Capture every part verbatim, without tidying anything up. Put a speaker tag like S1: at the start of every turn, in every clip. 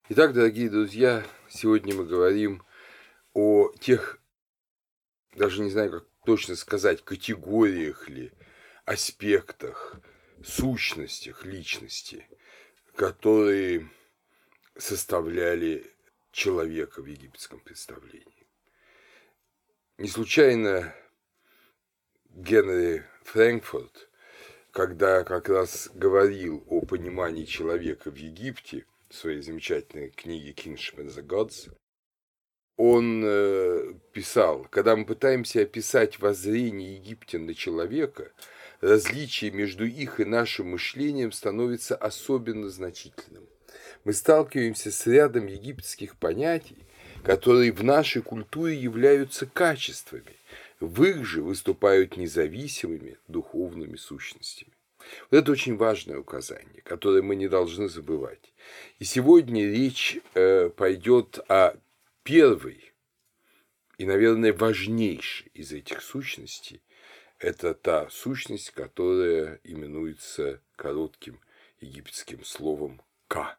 S1: Итак, дорогие друзья, сегодня мы говорим о тех, даже не знаю, как точно сказать, категориях ли, аспектах, сущностях личности, которые составляли человека в египетском представлении. Не случайно Генри Фрэнкфурт, когда как раз говорил о понимании человека в Египте в своей замечательной книге «Kingship and the Gods», он э, писал: когда мы пытаемся описать воззрение египтян на человека, различие между их и нашим мышлением становится особенно значительным. Мы сталкиваемся с рядом египетских понятий, которые в нашей культуре являются качествами, в их же выступают независимыми духовными сущностями. Вот это очень важное указание, которое мы не должны забывать. И сегодня речь э, пойдет о первой и, наверное, важнейшей из этих сущностей – это та сущность, которая именуется коротким египетским словом «ка».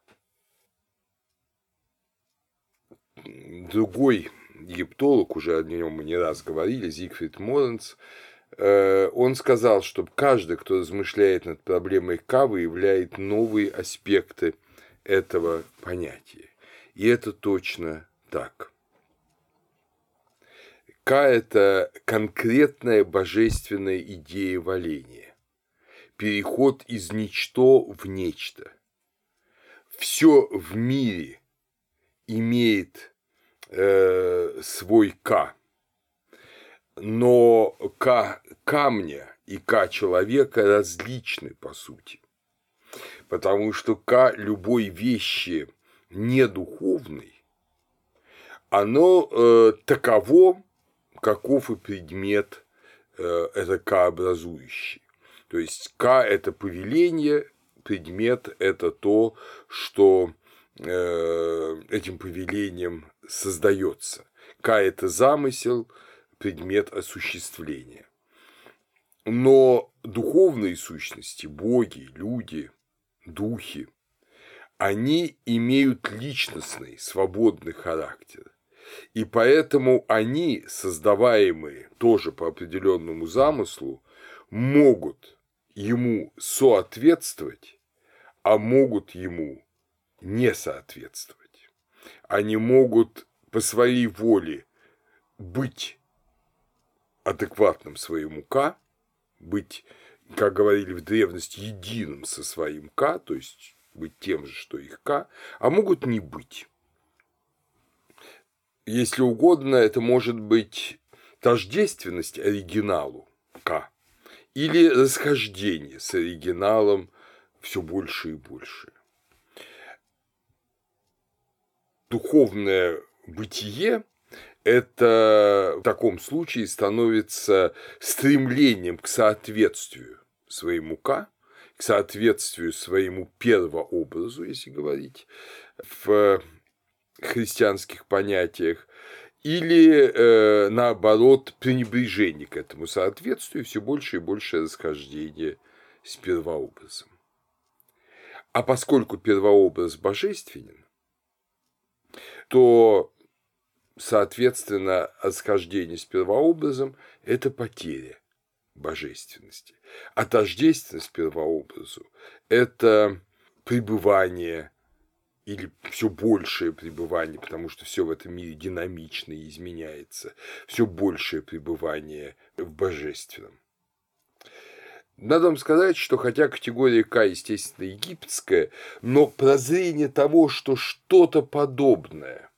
S1: Другой египтолог, уже о нем мы не раз говорили, Зигфрид Моренц, он сказал, что каждый, кто размышляет над проблемой «ка», выявляет новые аспекты этого понятия. И это точно так. Ка – это конкретная божественная идея валения, переход из ничто в нечто. Все в мире имеет э, свой ка, но ка камня и ка человека различны по сути, потому что ка любой вещи недуховной, оно э, таково, каков и предмет э, это ка-образующий. То есть ка – это повеление, предмет – это то, что э, этим повелением создается. Ка – это замысел, предмет осуществления. Но духовные сущности, боги, люди, духи, они имеют личностный, свободный характер. И поэтому они, создаваемые тоже по определенному замыслу, могут ему соответствовать, а могут ему не соответствовать. Они могут по своей воле быть адекватным своему ка, быть, как говорили в древности, единым со своим ка, то есть быть тем же, что их ка, а могут не быть. Если угодно, это может быть тождественность оригиналу ка или расхождение с оригиналом все больше и больше. Духовное бытие – это в таком случае становится стремлением к соответствию своему ка, к соответствию своему первообразу, если говорить в христианских понятиях, или э, наоборот пренебрежение к этому соответствию, все больше и больше расхождение с первообразом. А поскольку первообраз божественен, то, соответственно, расхождение с первообразом – это потеря божественности. А тождественность первообразу – это пребывание или все большее пребывание, потому что все в этом мире динамично и изменяется, все большее пребывание в божественном. Надо вам сказать, что хотя категория ка, естественно, египетская, но прозрение того, что что-то подобное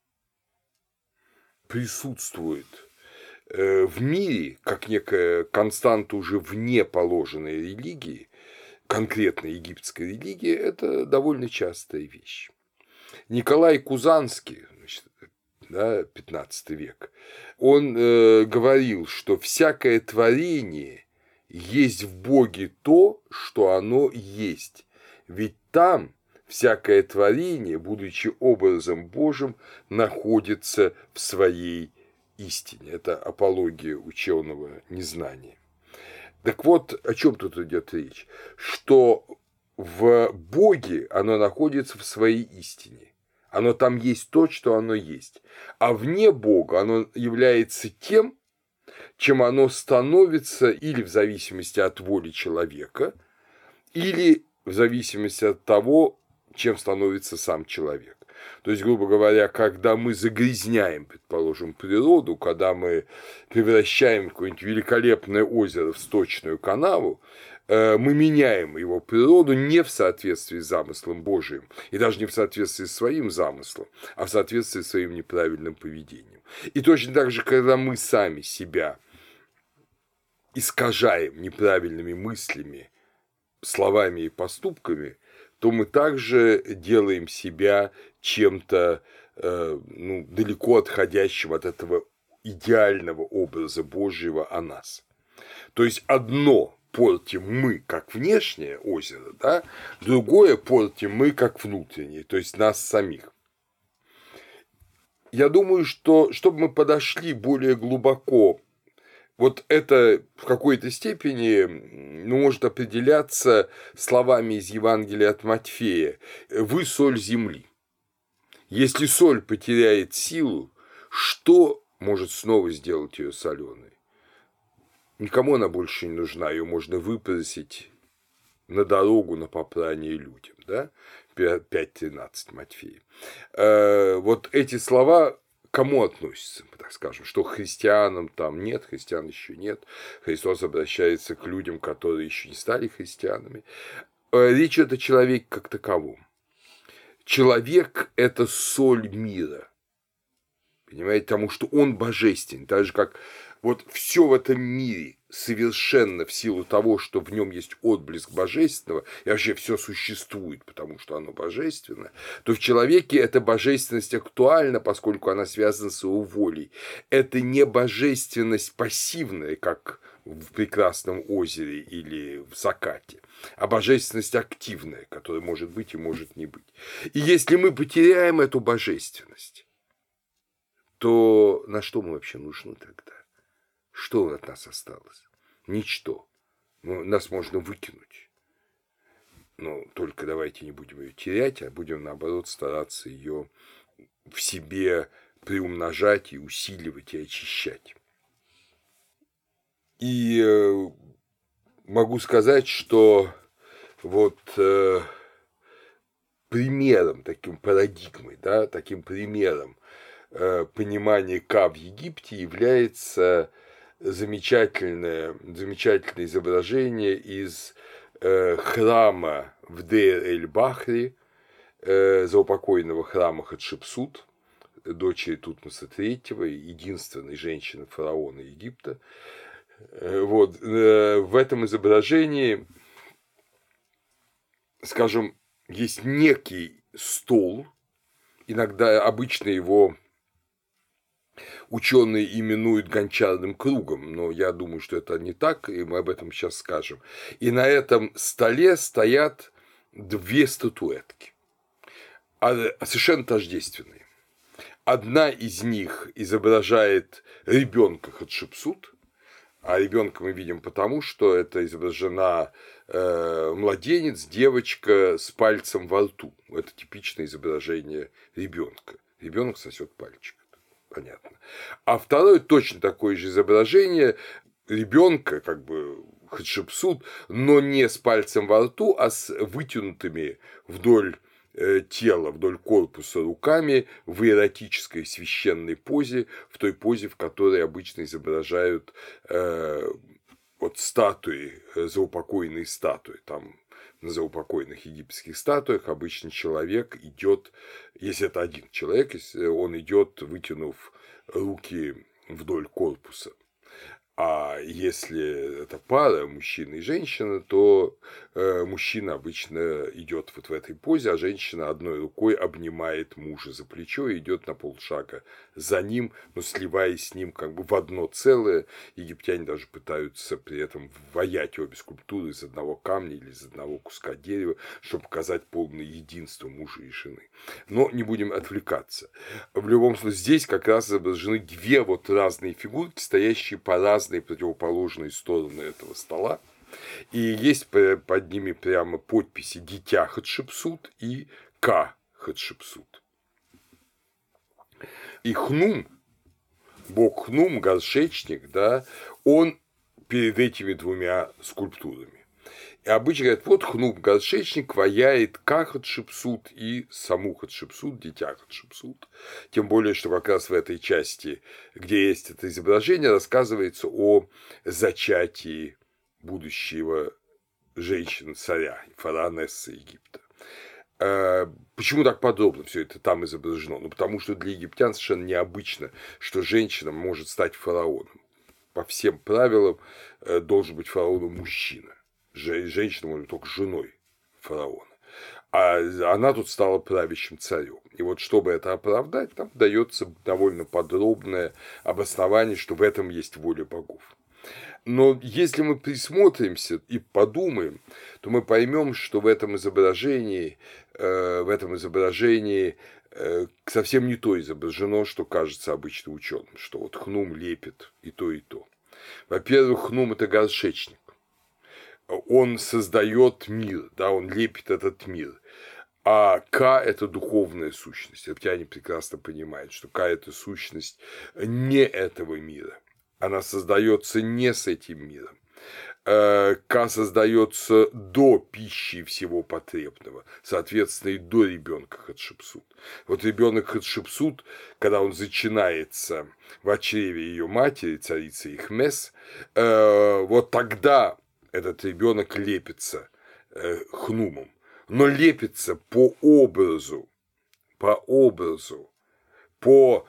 S1: присутствует в мире, как некая константа уже вне положенной религии, конкретно египетской религии, это довольно частая вещь. Николай Кузанский, значит, да, пятнадцатый век, он э, говорил, что всякое творение есть в Боге то, что оно есть, ведь там всякое творение, будучи образом Божьим, находится в своей истине. Это апология ученого незнания. Так вот, о чем тут идет речь? Что в Боге оно находится в своей истине, Оно там есть то, что оно есть. А вне Бога оно является тем, чем оно становится или в зависимости от воли человека, или в зависимости от того, чем становится сам человек. То есть, грубо говоря, когда мы загрязняем, предположим, природу, когда мы превращаем какое-нибудь великолепное озеро в сточную канаву, мы меняем его природу не в соответствии с замыслом Божиим, и даже не в соответствии с своим замыслом, а в соответствии с своим неправильным поведением. И точно так же, когда мы сами себя искажаем неправильными мыслями, словами и поступками, то мы также делаем себя чем-то э, ну, далеко отходящим от этого идеального образа Божьего о нас. То есть одно портим мы как внешнее озеро, да, другое портим мы как внутреннее, то есть нас самих. Я думаю, что чтобы мы подошли более глубоко, вот это в какой-то степени ну, может определяться словами из Евангелия от Матфея: «Вы соль земли». Если соль потеряет силу, что может снова сделать ее соленой? Никому она больше не нужна, ее можно выпросить на дорогу, на попрание людям. Да? пять тринадцать Матфея. Вот эти слова кому относятся, так скажем, что к христианам там нет, христиан еще нет, Христос обращается к людям, которые еще не стали христианами. Речь идет о человеке как таковом. Человек – это соль мира, понимаете, потому что он божественен, так же как вот все в этом мире совершенно в силу того, что в нем есть отблеск божественного, и вообще все существует, потому что оно божественно, то в человеке эта божественность актуальна, поскольку она связана с его волей. Это не божественность пассивная, как в прекрасном озере или в закате, а божественность активная, которая может быть и может не быть. И если мы потеряем эту божественность, то на что мы вообще нужны тогда? Что от нас осталось? Ничто. Ну, нас можно выкинуть. Но только давайте не будем ее терять, а будем, наоборот, стараться ее в себе приумножать и усиливать и очищать. И э, могу сказать, что вот э, примером, таким парадигмой, да, таким примером э, понимания Ка в Египте является замечательное, замечательное изображение из э, храма в Дейр-эль-Бахри, э, заупокойного храма Хатшепсут, дочери Тутмоса третьего, единственной женщины фараона Египта. Вот, э, в этом изображении, скажем, есть некий стол, иногда обычно его ученые именуют гончарным кругом, но я думаю, что это не так, и мы об этом сейчас скажем. И на этом столе стоят две статуэтки, совершенно тождественные. Одна из них изображает ребенка Хатшепсут, а ребенка мы видим потому, что это изображена э, младенец, девочка с пальцем во рту. Это типичное изображение ребенка. Ребенок сосет пальчик. Понятно. А второе точно такое же изображение ребенка, как бы Хатшепсут, но не с пальцем во рту, а с вытянутыми вдоль тела, вдоль корпуса руками в иеротической священной позе, в той позе, в которой обычно изображают э, вот статуи, заупокойные статуи. Там на заупокойных египетских статуях обычно человек идет, если это один человек, он идет, вытянув руки вдоль корпуса. А если это пара, мужчина и женщина, то э, мужчина обычно идет вот в этой позе, а женщина одной рукой обнимает мужа за плечо и идет на полшага за ним, но сливаясь с ним как бы в одно целое. Египтяне даже пытаются при этом ваять обе скульптуры из одного камня или из одного куска дерева, чтобы показать полное единство мужа и жены. Но не будем отвлекаться. В любом случае, здесь как раз изображены две вот разные фигурки, стоящие по разным противоположные стороны этого стола, и есть под ними прямо подписи «Дитя Хатшепсут» и «Ка Хатшепсут». И Хнум, бог Хнум, горшечник, да, он перед этими двумя скульптурами. И обычно говорят, вот Хнум, горшечник, ваяет ка Хатшепсут и саму Хатшепсут, дитя Хатшепсут. Тем более, что как раз в этой части, где есть это изображение, рассказывается о зачатии будущего женщины-царя, фараонессы Египта. Почему так подробно все это там изображено? Ну, потому что для египтян совершенно необычно, что женщина может стать фараоном. По всем правилам должен быть фараоном мужчина. Женщина может быть только женой фараона. А она тут стала правящим царем. И вот чтобы это оправдать, там дается довольно подробное обоснование, что в этом есть воля богов. Но если мы присмотримся и подумаем, то мы поймем, что в этом изображении, э, в этом изображении э, совсем не то изображено, что кажется обычно ученым, что вот Хнум лепит и то, и то. Во-первых, Хнум – это горшечник. Он создает мир, да, он лепит этот мир. А Ка – это духовная сущность. Египтяне прекрасно понимают, что Ка – это сущность не этого мира. Она создается не с этим миром. Ка создается до пищи всего потребного, соответственно, и до ребенка Хатшепсут. Вот ребенок Хатшепсут, когда он зачинается в чреве ее матери, царицы Ихмес, вот тогда этот ребенок лепится Хнумом, но лепится по образу, по образу, по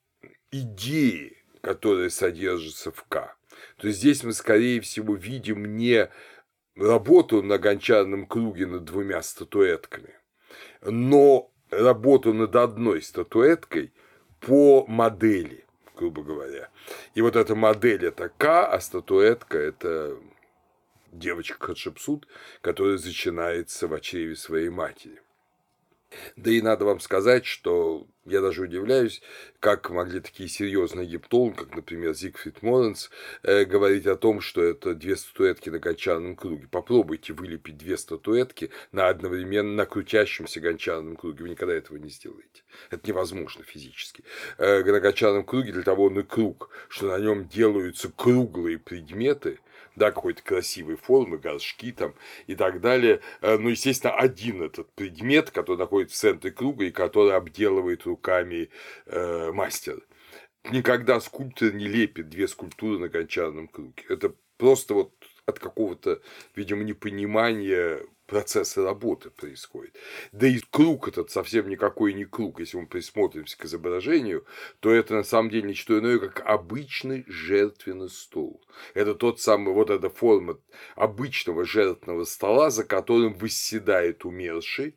S1: идее, которая содержится в Ка. То есть здесь мы, скорее всего, видим не работу на гончарном круге над двумя статуэтками, но работу над одной статуэткой по модели, грубо говоря. И вот эта модель – это Ка, а статуэтка – это девочка Хатшепсут, которая зачинается в чреве своей матери. Да и надо вам сказать, что я даже удивляюсь, как могли такие серьезные египтологи, как, например, Зигфрид Моренс, э, говорить о том, что это две статуэтки на гончарном круге. Попробуйте вылепить две статуэтки на одновременно на крутящемся гончарном круге. Вы никогда этого не сделаете. Это невозможно физически. Э, на гончарном круге для того он и круг, что на нем делаются круглые предметы, да, какой-то красивой формы, горшки там и так далее. Ну, естественно, один этот предмет, который находится в центре круга и который обделывает руками э, мастер. Никогда скульптор не лепит две скульптуры на гончарном круге. Это просто вот от какого-то, видимо, непонимания процесса работы происходит. Да и круг этот совсем никакой не круг. Если мы присмотримся к изображению, то это на самом деле ничто иное, как обычный жертвенный стол. Это тот самый, вот эта форма обычного жертвенного стола, за которым восседает умерший,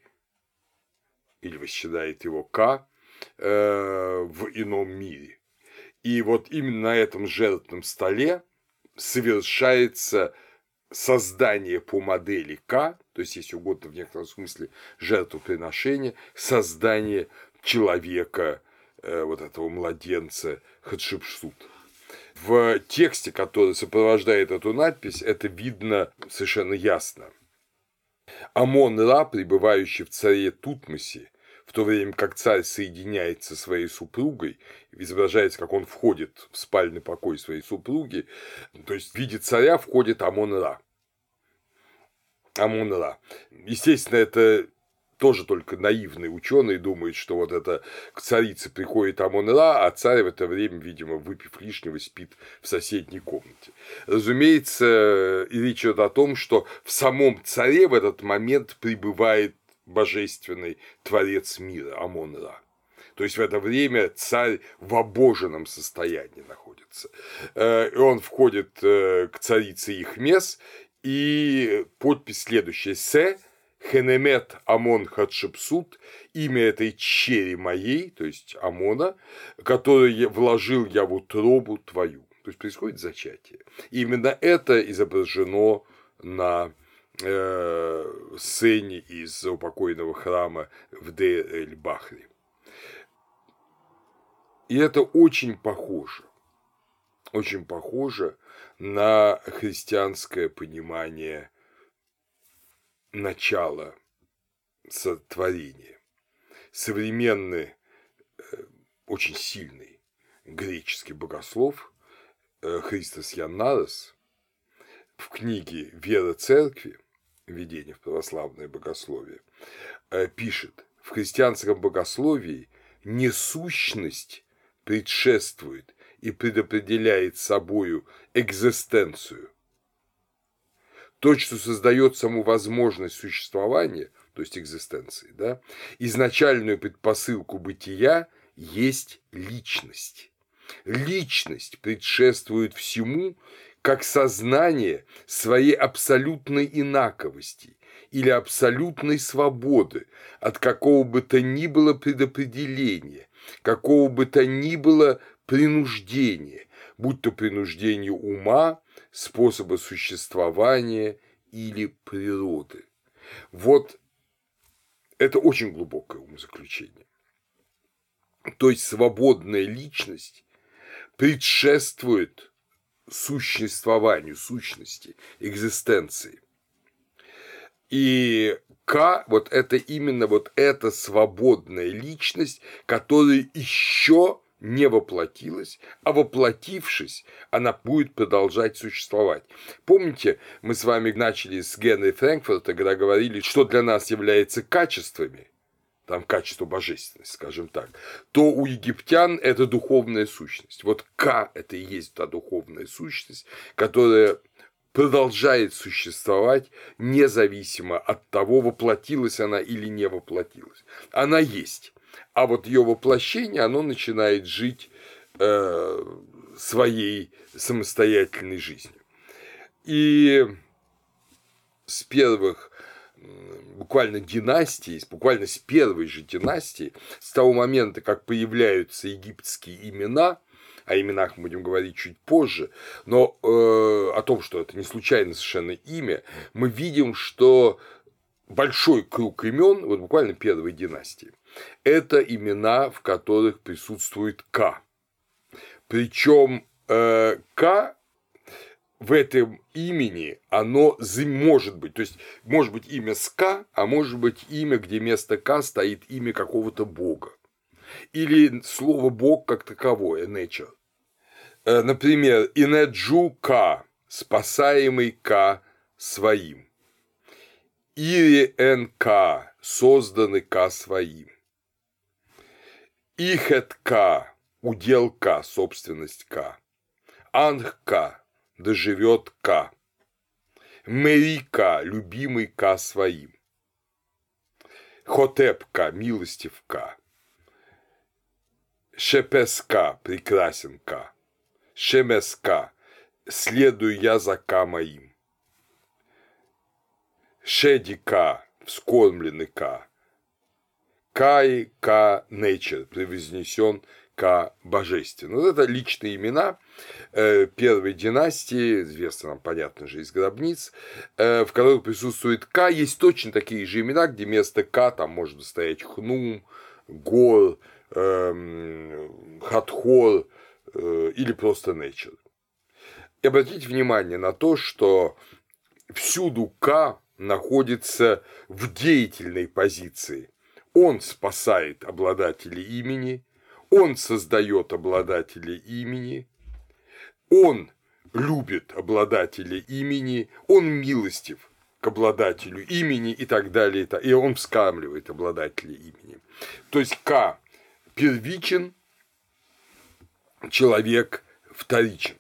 S1: или восседает его Ка э, в ином мире. И вот именно на этом жертвенном столе совершается создание по модели Ка, то есть, если угодно, в некотором смысле, жертвоприношение, создание человека, э, вот этого младенца Хатшепсут. В тексте, который сопровождает эту надпись, это видно совершенно ясно. Амон-Ра, пребывающий в царе Тутмосе, в то время как царь соединяется со своей супругой, изображается, как он входит в спальный покой своей супруги, то есть в виде царя входит Амон-Ра. Амон-Ра. Естественно, это тоже только наивные ученые думают, что вот это к царице приходит Амон-Ра, а царь в это время, видимо, выпив лишнего, спит в соседней комнате. Разумеется, речь идет о том, что в самом царе в этот момент пребывает божественный творец мира Амон-Ра. То есть в это время царь в обоженном состоянии находится. И он входит к царице Ихмес, и подпись следующая: «Се Хенемет Амон Хатшепсут», имя этой чери моей, то есть Амона, которое вложил я в утробу твою. То есть происходит зачатие. И именно это изображено на э, сцене из упокойного храма в Дейр-эль-Бахри. И это очень похоже, очень похоже на христианское понимание начала сотворения. Современный очень сильный греческий богослов Христос Яннарес в книге «Вера церкви. Введение в православное богословие» пишет: в христианском богословии несущность предшествует и предопределяет собою экзистенцию. То, что создает саму возможность существования, то есть экзистенции, да, изначальную предпосылку бытия, есть личность. Личность предшествует всему, как сознание своей абсолютной инаковости или абсолютной свободы от какого бы то ни было предопределения, какого бы то ни было принуждения, будь то принуждение ума, способа существования или природы. Вот это очень глубокое умозаключение. То есть свободная личность предшествует существованию, сущности, экзистенции. И К, вот это именно вот эта свободная личность, которая еще не воплотилась, а воплотившись, она будет продолжать существовать. Помните, мы с вами начали с Генри Франкфурта, когда говорили, что для нас является качествами, там качество божественности, скажем так, то у египтян это духовная сущность. Вот Ка – это и есть та духовная сущность, которая продолжает существовать независимо от того, воплотилась она или не воплотилась. Она есть. А вот ее воплощение, оно начинает жить э, своей самостоятельной жизнью. И с первых буквально династий, буквально с первой же династии, с того момента, как появляются египетские имена, о именах мы будем говорить чуть позже, но э, о том, что это не случайно совершенно имя, мы видим, что большой круг имен, вот буквально первой династии, это имена, в которых присутствует Ка. Причем э, Ка в этом имени оно может быть, то есть может быть имя с К, а может быть имя, где вместо К стоит имя какого-то бога. Или слово бог как таковое, nature. Например, Инеджу К, спасаемый К своим. Ири Н К, созданный К своим. Ихет К, удел К, собственность К. Анх К, доживет К. Мэри К, любимый К своим. Хотеп К, милостив К. Шепес К, прекрасен К. Шемес К, следую я за К моим. Шеди К, вскормленный К. Кай К, nature, превознесен К, божественно. Вот это личные имена первой династии, известно нам, понятно же, из гробниц, в которых присутствует К. Есть точно такие же имена, где вместо К там может стоять Хнум, Гор, Хатхор или просто nature. И обратите внимание на то, что всюду К находится в деятельной позиции. Он спасает обладателей имени, он создает обладателей имени, он любит обладателя имени, он милостив к обладателю имени и так далее, и он вскармливает обладателя имени. То есть К первичен, человек вторичен.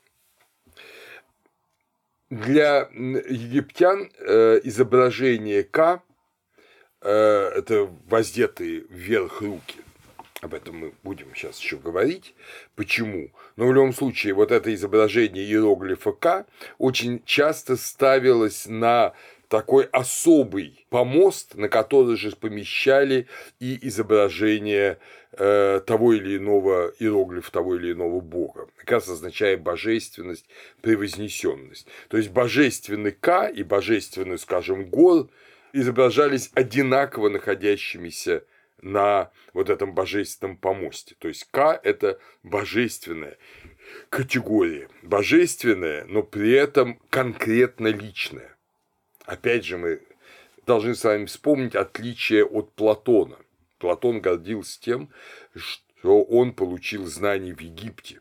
S1: Для египтян изображение К – это воздетые вверх руки. Об этом мы будем сейчас еще говорить. Почему? Но в любом случае, вот это изображение иероглифа К очень часто ставилось на такой особый помост, на который же помещали и изображение э, того или иного иероглифа, того или иного бога. Как раз означает божественность, превознесенность. То есть божественный К и божественный, скажем, Гор изображались одинаково находящимися на вот этом божественном помосте. То есть К – это божественная категория. Божественная, но при этом конкретно личная. Опять же, мы должны с вами вспомнить отличие от Платона. Платон гордился тем, что он получил знания в Египте.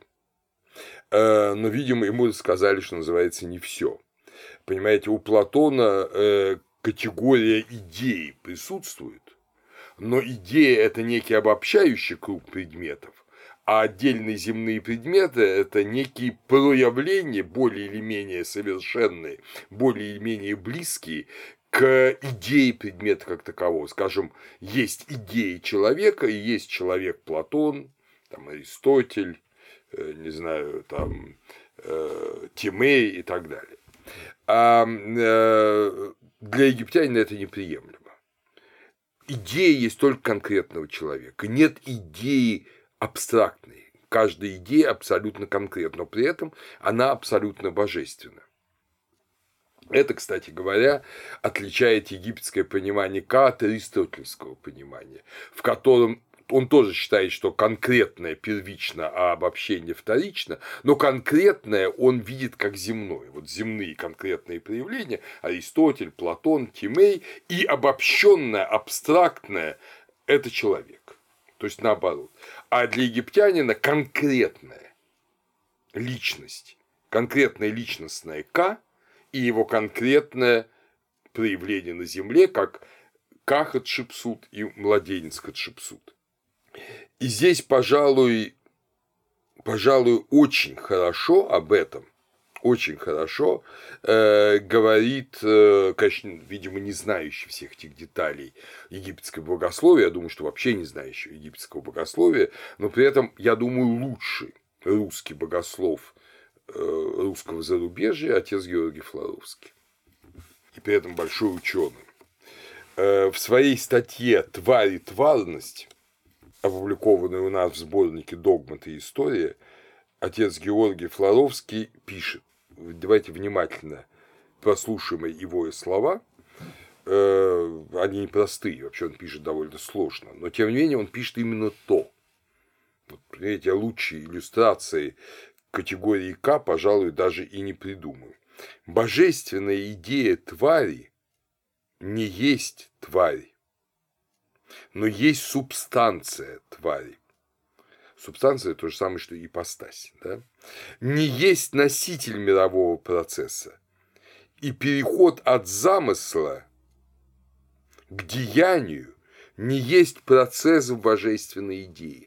S1: Но, видимо, ему сказали, что называется, не все. Понимаете, у Платона категория идей присутствует, но идея – это некий обобщающий круг предметов, а отдельные земные предметы – это некие проявления, более или менее совершенные, более или менее близкие к идее предмета как такового. Скажем, есть идея человека, и есть человек Платон, там, Аристотель, не знаю, там, Тимей и так далее. А для египтянина это неприемлемо. Идея есть только конкретного человека. Нет идеи абстрактной. Каждая идея абсолютно конкретна, но при этом она абсолютно божественна. Это, кстати говоря, отличает египетское понимание Ка от аристотельского понимания, в котором он тоже считает, что конкретное первично, а обобщение вторично, но конкретное он видит как земное. Вот земные конкретные проявления – Аристотель, Платон, Тимей, и обобщенное, абстрактное – это человек. То есть наоборот. А для египтянина конкретная личность, конкретная личностная Ка и его конкретное проявление на земле, как Ка Хатшепсут и младенец Хатшепсут. И здесь, пожалуй, пожалуй, очень хорошо об этом, очень хорошо э, говорит, э, конечно, видимо, не знающий всех этих деталей египетского богословия, я думаю, что вообще не знающий египетского богословия, но при этом, я думаю, лучший русский богослов э, русского зарубежья отец Георгий Флоровский, и при этом большой ученый. Э, в своей статье «Тварь и тварность», опубликованной у нас в сборнике «Догматы и история», отец Георгий Флоровский пишет, давайте внимательно прослушаем его слова, они непростые, вообще он пишет довольно сложно, но тем не менее он пишет именно то. Вот, понимаете, лучшие иллюстрации категории К, пожалуй, даже и не придумаю. Божественная идея твари не есть тварь, но есть субстанция твари. Субстанция – то же самое, что ипостась. Да? Не есть носитель мирового процесса. И переход от замысла к деянию не есть процесс в божественной идее.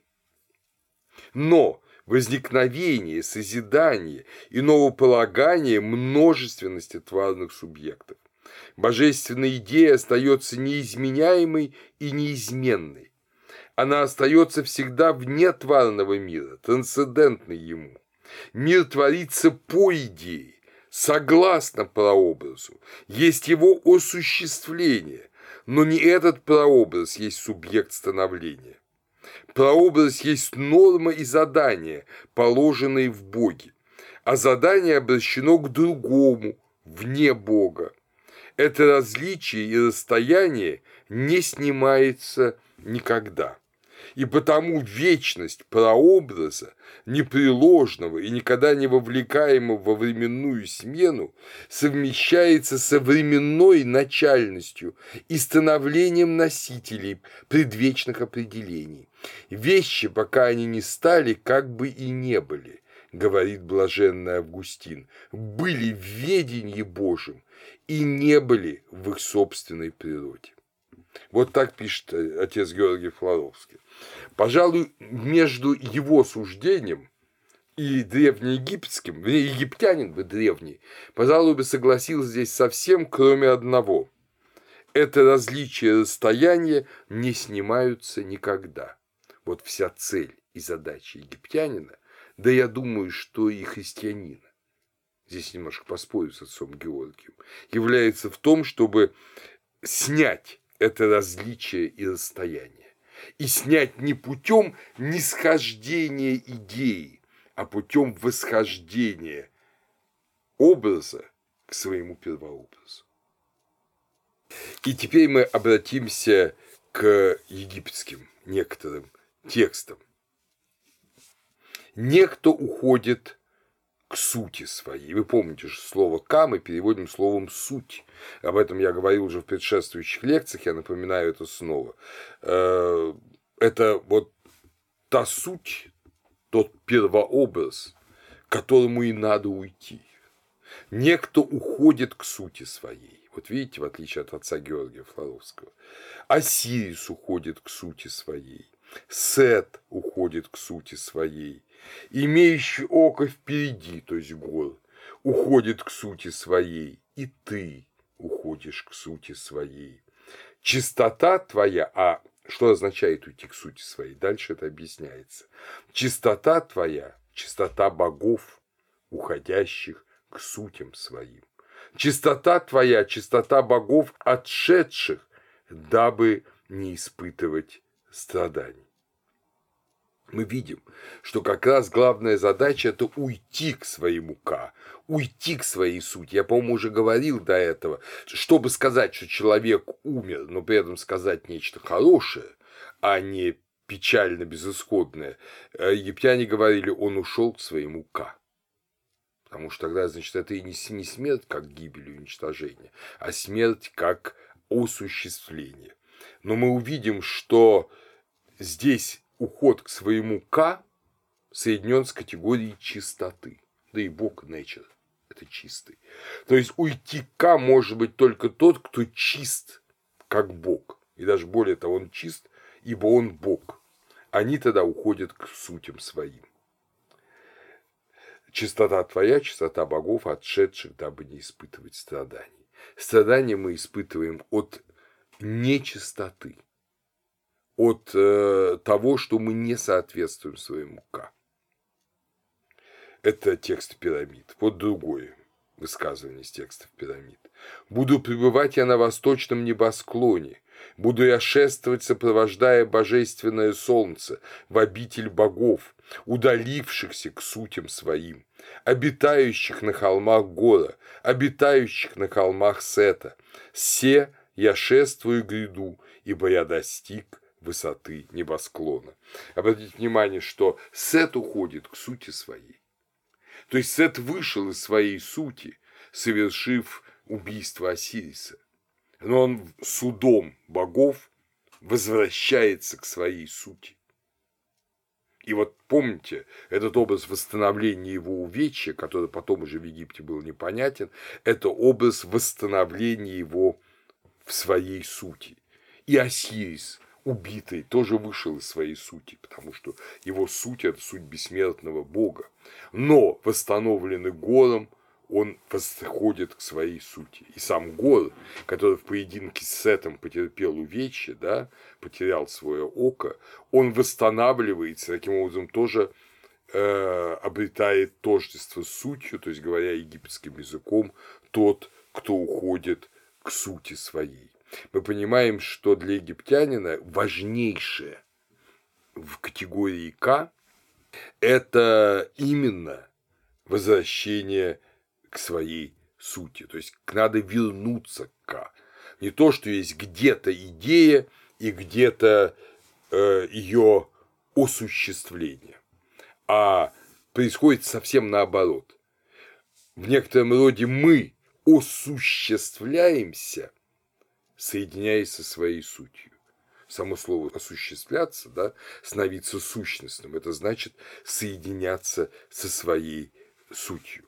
S1: Но возникновение, созидание и новополагание множественности тварных субъектов. Божественная идея остается неизменяемой и неизменной. Она остается всегда вне тварного мира, трансцендентной ему. Мир творится по идее, согласно прообразу, есть его осуществление, но не этот прообраз есть субъект становления. Прообраз есть норма и задание, положенные в Боге, а задание обращено к другому, вне Бога. Это различие и расстояние не снимается никогда. И потому вечность прообраза, непреложного и никогда не вовлекаемого во временную смену, совмещается со временной начальностью и становлением носителей предвечных определений. Вещи, пока они не стали, как бы и не были, говорит блаженный Августин, были в ведении Божьем и не были в их собственной природе. Вот так пишет отец Георгий Флоровский. Пожалуй, между его суждением и древнеегипетским, египтянин бы древний, пожалуй, бы согласился здесь совсем, кроме одного. Это различие расстояния не снимаются никогда. Вот вся цель и задача египтянина, да я думаю, что и христианина, здесь немножко поспорю с отцом Георгием, является в том, чтобы снять это различие и расстояние. И снять не путем нисхождения идеи, а путем восхождения образа к своему первообразу. И теперь мы обратимся к египетским некоторым текстам. Некто уходит к сути своей. Вы помните, что слово «ка» мы переводим словом «суть». Об этом я говорил уже в предшествующих лекциях, я напоминаю это снова. Это вот та суть, тот первообраз, к которому и надо уйти. Некто уходит к сути своей. Вот видите, в отличие от отца Георгия Флоровского. Осирис уходит к сути своей. Сет уходит к сути своей. Имеющий око впереди, то есть гор, уходит к сути своей. И ты уходишь к сути своей. Чистота твоя, а что означает уйти к сути своей? Дальше это объясняется. Чистота твоя, чистота богов, уходящих к сутям своим. Чистота твоя, чистота богов, отшедших, дабы не испытывать страданий. Мы видим, что как раз главная задача – это уйти к своему «ка», уйти к своей сути. Я, по-моему, уже говорил до этого, чтобы сказать, что человек умер, но при этом сказать нечто хорошее, а не печально безысходное, египтяне говорили, он ушел к своему «ка». Потому что тогда, значит, это и не смерть как гибель и уничтожение, а смерть как осуществление. Но мы увидим, что здесь уход к своему «ка» соединен с категорией чистоты. Да и Бог nature – это чистый. То есть уйти к «ка» может быть только тот, кто чист, как Бог. И даже более того, он чист, ибо он Бог. Они тогда уходят к сутям своим. Чистота твоя, чистота богов, отшедших, дабы не испытывать страданий. Страдания мы испытываем от нечистоты, от э, того, что мы не соответствуем своему «ка». Это текст пирамид. Вот другое высказывание из текстов пирамид. «Буду пребывать я на восточном небосклоне, буду я шествовать, сопровождая божественное солнце в обитель богов, удалившихся к сутям своим, обитающих на холмах Гора, обитающих на холмах Сета. Се я шествую гряду, ибо я достиг высоты небосклона». Обратите внимание, что Сет уходит к сути своей. То есть Сет вышел из своей сути, совершив убийство Осириса. Но он судом богов возвращается к своей сути. И вот помните, этот образ восстановления его увечья, который потом уже в Египте был непонятен, это образ восстановления его в своей сути. И Осирис, убитый, тоже вышел из своей сути, потому что его суть – это суть бессмертного бога. Но восстановленный Гором, он восходит к своей сути. И сам Гор, который в поединке с Сетом потерпел увечье, да, потерял свое око, он восстанавливается, таким образом тоже э, обретает тождество с сутью, то есть, говоря египетским языком, тот, кто уходит к сути своей. Мы понимаем, что для египтянина важнейшее в категории «ка» – это именно возвращение к своей сути. То есть надо вернуться к «ка». Не то, что есть где-то идея и где-то э, ее осуществление, а происходит совсем наоборот. В некотором роде мы осуществляемся, соединяясь со своей сутью. Само слово «осуществляться», да, становиться сущностным, это значит соединяться со своей сутью.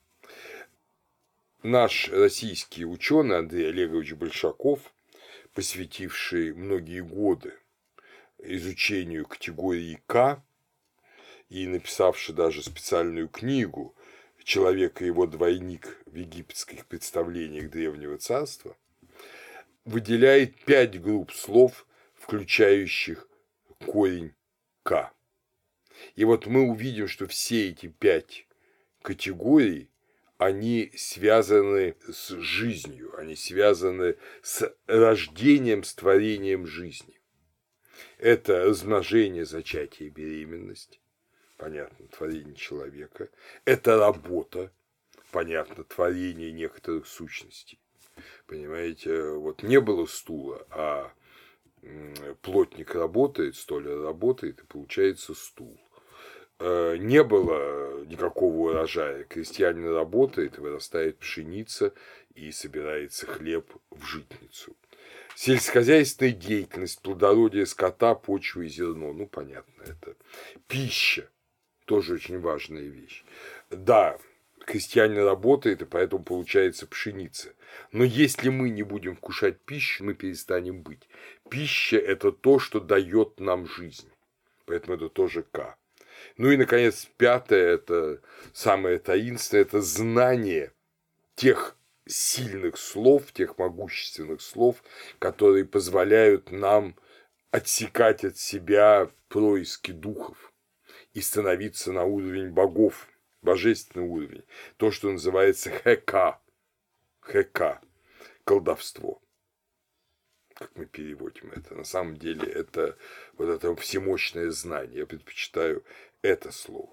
S1: Наш российский ученый Андрей Олегович Большаков, посвятивший многие годы изучению категории «ка» и написавший даже специальную книгу «Человек и его двойник в египетских представлениях Древнего Царства», выделяет пять групп слов, включающих корень «ка». И вот мы увидим, что все эти пять категорий, они связаны с жизнью, они связаны с рождением, с творением жизни. Это размножение, зачатие, беременность, понятно, творение человека. Это работа, понятно, творение некоторых сущностей. Понимаете, вот не было стула, а плотник работает, столяр работает, и получается стул. Не было никакого урожая, крестьянин работает, вырастает пшеница и собирается хлеб в житницу. Сельскохозяйственная деятельность, плодородие скота, почва и зерно. Ну, понятно, это. Пища. Тоже очень важная вещь. Да, крестьянин работает, и поэтому получается пшеница. Но если мы не будем вкушать пищу, мы перестанем быть. Пища – это то, что дает нам жизнь. Поэтому это тоже К. Ну и, наконец, пятое – это самое таинственное, это знание тех сильных слов, тех могущественных слов, которые позволяют нам отсекать от себя происки духов и становиться на уровень богов, божественный уровень, то, что называется хэка, хэка, колдовство. Как мы переводим это? На самом деле это вот это всемощное знание. Я предпочитаю это слово.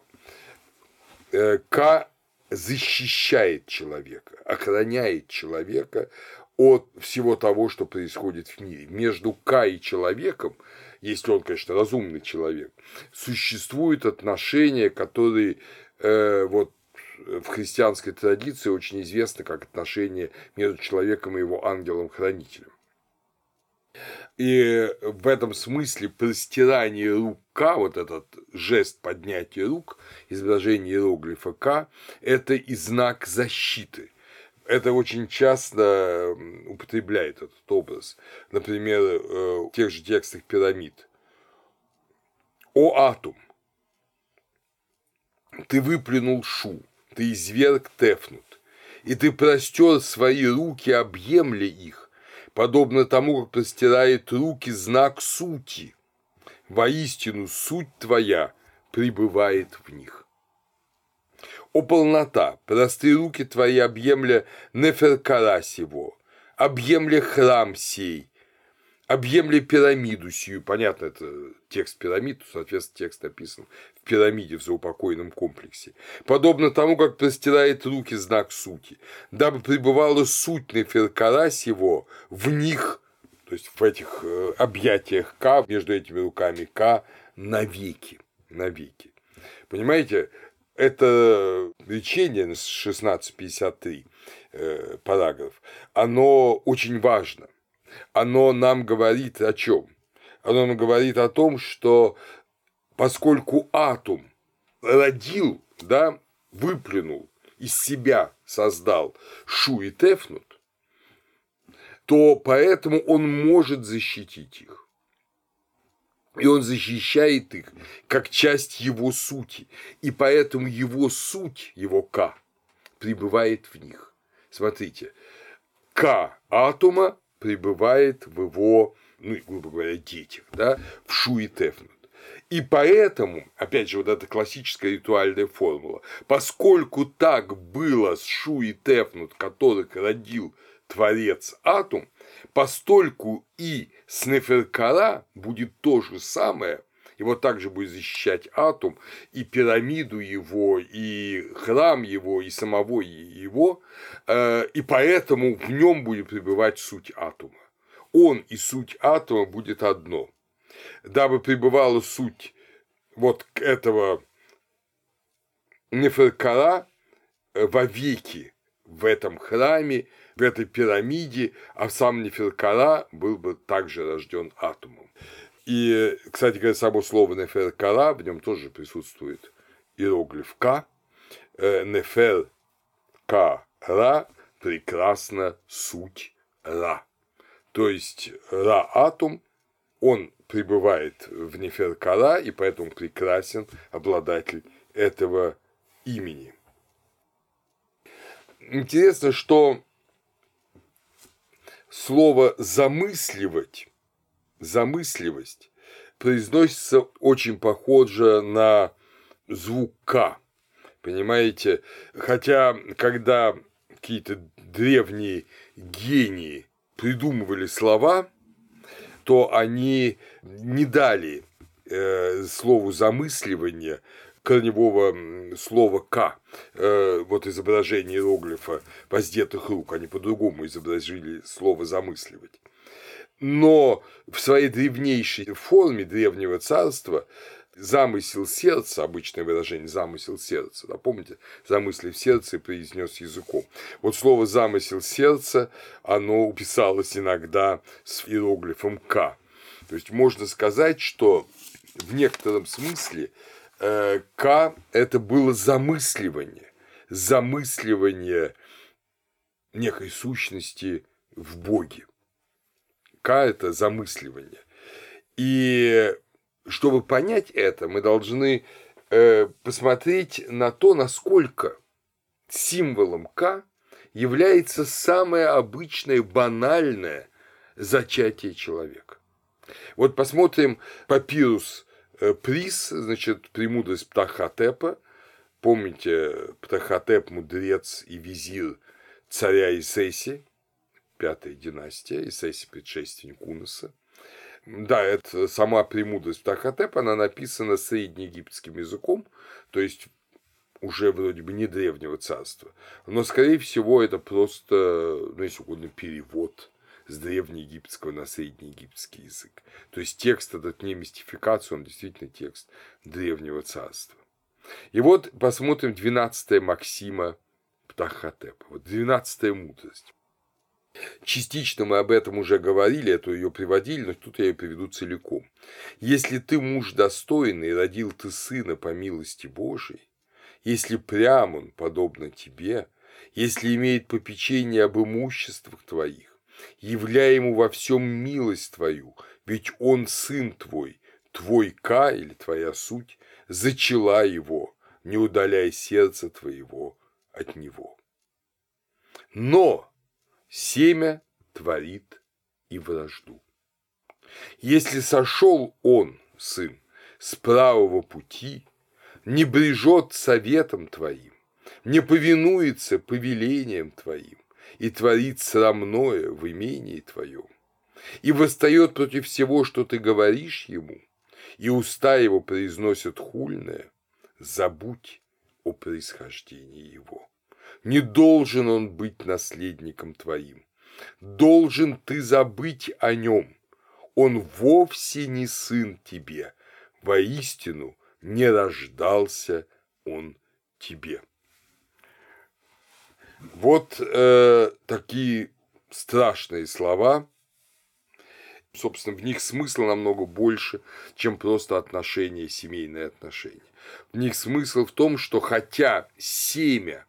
S1: Ка защищает человека, охраняет человека от всего того, что происходит в мире. Между Ка и человеком, если он, конечно, разумный человек, существуют отношения, которые э, вот в христианской традиции очень известны как отношения между человеком и его ангелом-хранителем. И в этом смысле простирание рук К, вот этот жест поднятия рук, изображение иероглифа К, это и знак защиты. Это очень часто употребляет этот образ. Например, в тех же текстах пирамид. «О атом! Ты выплюнул Шу, ты изверг Тефнут, и ты простер свои руки, объемля их, подобно тому, как простирает руки знак сути. Воистину, суть твоя пребывает в них. О полнота, прости руки твои, объемля Неферкара сего, объемля храм сей, объемля пирамиду сию». Понятно, это текст пирамид, соответственно, текст написан в пирамиде, в заупокойном комплексе. Подобно тому, как простирает руки знак сути, дабы пребывала суть Неферкара сего в них, то есть в этих объятиях К, между этими руками К, навеки, навеки. Понимаете, это речение шестнадцать пятьдесят три, э, параграф, оно очень важно. Оно нам говорит о чем? Оно нам говорит о том, что поскольку атом родил, да, выплюнул, из себя создал Шу и Тефнут, то поэтому он может защитить их. И он защищает их как часть его сути. И поэтому его суть, его К, пребывает в них. Смотрите, К атома пребывает в его, ну, грубо говоря, детях, да, в Шу и Тефнут. И поэтому, опять же, вот эта классическая ритуальная формула, поскольку так было с Шу и Тефнут, которых родил Творец атом, постольку и с Неферкара будет то же самое, его также будет защищать атом, и пирамиду его, и храм его, и самого его, и поэтому в нем будет пребывать суть атома. Он и суть атома будет одно. Дабы пребывала суть вот этого Неферкара вовеки в этом храме, в этой пирамиде, а сам Неферкара был бы также рожден атомом. И, кстати говоря, само слово Неферкара, в нем тоже присутствует иероглиф К. Нефер Ка-Ра, прекрасно суть Ра. То есть Ра атом, он пребывает в Неферкара, и поэтому прекрасен обладатель этого имени. Интересно, что слово «замысливать», «замысливость» произносится очень похоже на звук «к». Понимаете? Хотя, когда какие-то древние гении придумывали слова, то они не дали э, слову «замысливание» корневого слова «к», э, вот изображение иероглифа воздетых рук, они по-другому изобразили слово «замысливать». Но в своей древнейшей форме древнего царства замысел сердца, обычное выражение замысел сердца, да, помните, замыслив в сердце и произнес языком. Вот слово замысел сердца, оно уписалось иногда с иероглифом К. То есть можно сказать, что в некотором смысле э, К это было замысливание, замысливание некой сущности в Боге. К это замысливание. И чтобы понять это, мы должны э, посмотреть на то, насколько символом К является самое обычное, банальное зачатие человека. Вот посмотрим папирус э, Прис, значит, «Премудрость Птаххотепа». Помните, Птаххотеп – мудрец и визир царя Исеси, пятая династия, Исеси – предшественник Уноса. Да, это сама «Премудрость Птаххотепа», она написана среднеегипетским языком, то есть уже вроде бы не древнего царства, но, скорее всего, это просто, ну, если угодно, перевод с древнеегипетского на среднеегипетский язык. То есть текст этот не мистификация, он действительно текст древнего царства. И вот посмотрим двенадцатая максима Птаххотепа, вот двенадцатая мудрость. Частично мы об этом уже говорили, эту ее приводили, но тут я ее приведу целиком. «Если ты муж достойный, родил ты сына по милости Божией, если прям он, подобно тебе, если имеет попечение об имуществах твоих, являй ему во всем милость твою, ведь он сын твой, твой Ка или твоя суть, зачала его, не удаляй сердце твоего от него. Но семя творит и вражду. Если сошел он, сын, с правого пути, не брежет советом твоим, не повинуется повелениям твоим и творит срамное в имении твоем, и восстает против всего, что ты говоришь ему, и уста его произносят хульное, забудь о происхождении его. Не должен он быть наследником твоим. Должен ты забыть о нем. Он вовсе не сын тебе. Воистину не рождался он тебе». Вот э, такие страшные слова. Собственно, в них смысл намного больше, чем просто отношения, семейные отношения. В них смысл в том, что хотя семя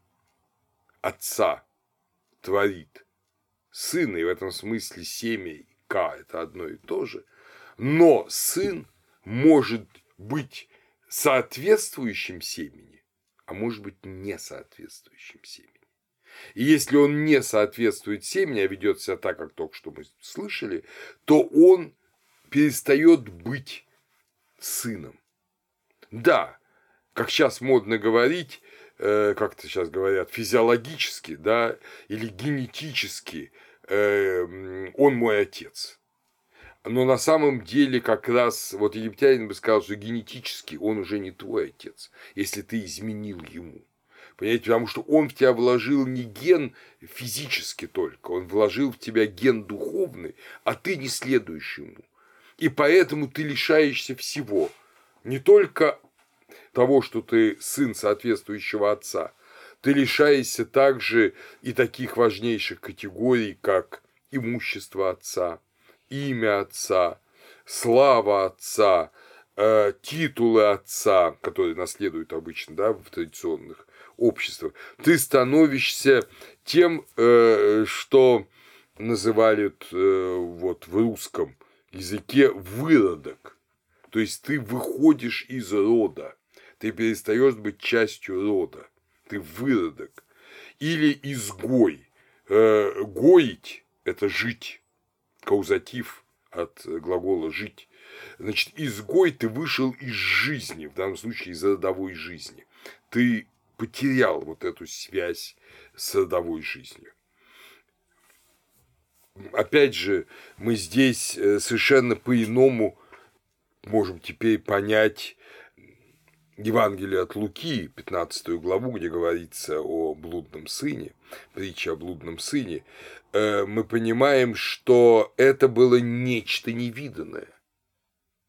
S1: отца творит сына, и в этом смысле семя и Ка – это одно и то же, но сын может быть соответствующим семени, а может быть не соответствующим семени. И если он не соответствует семени, а ведет себя так, как только что мы слышали, то он перестает быть сыном. Да, как сейчас модно говорить, э, как-то сейчас говорят, физиологически, да, или генетически, э, он мой отец. Но на самом деле как раз вот египтянин бы сказал, что генетически он уже не твой отец, если ты изменил ему. Понимаете, потому что он в тебя вложил не ген физически только, он вложил в тебя ген духовный, а ты не следуешь ему. И поэтому ты лишаешься всего. Не только того, что ты сын соответствующего отца, ты лишаешься также и таких важнейших категорий, как имущество отца, имя отца, слава отца, э, титулы отца, которые наследуют обычно, да, в традиционных обществах. Ты становишься тем, э, что называют э, вот, в русском языке выродок. То есть ты выходишь из рода, ты перестаешь быть частью рода, ты выродок. Или изгой. Э, гоить – это жить. Каузатив от глагола «жить». Значит, изгой, ты вышел из жизни, в данном случае из родовой жизни. Ты потерял вот эту связь с родовой жизнью. Опять же, мы здесь совершенно по-иному можем теперь понять Евангелие от Луки, пятнадцатую главу, где говорится о блудном сыне, притча о блудном сыне. Мы понимаем, что это было нечто невиданное. Вот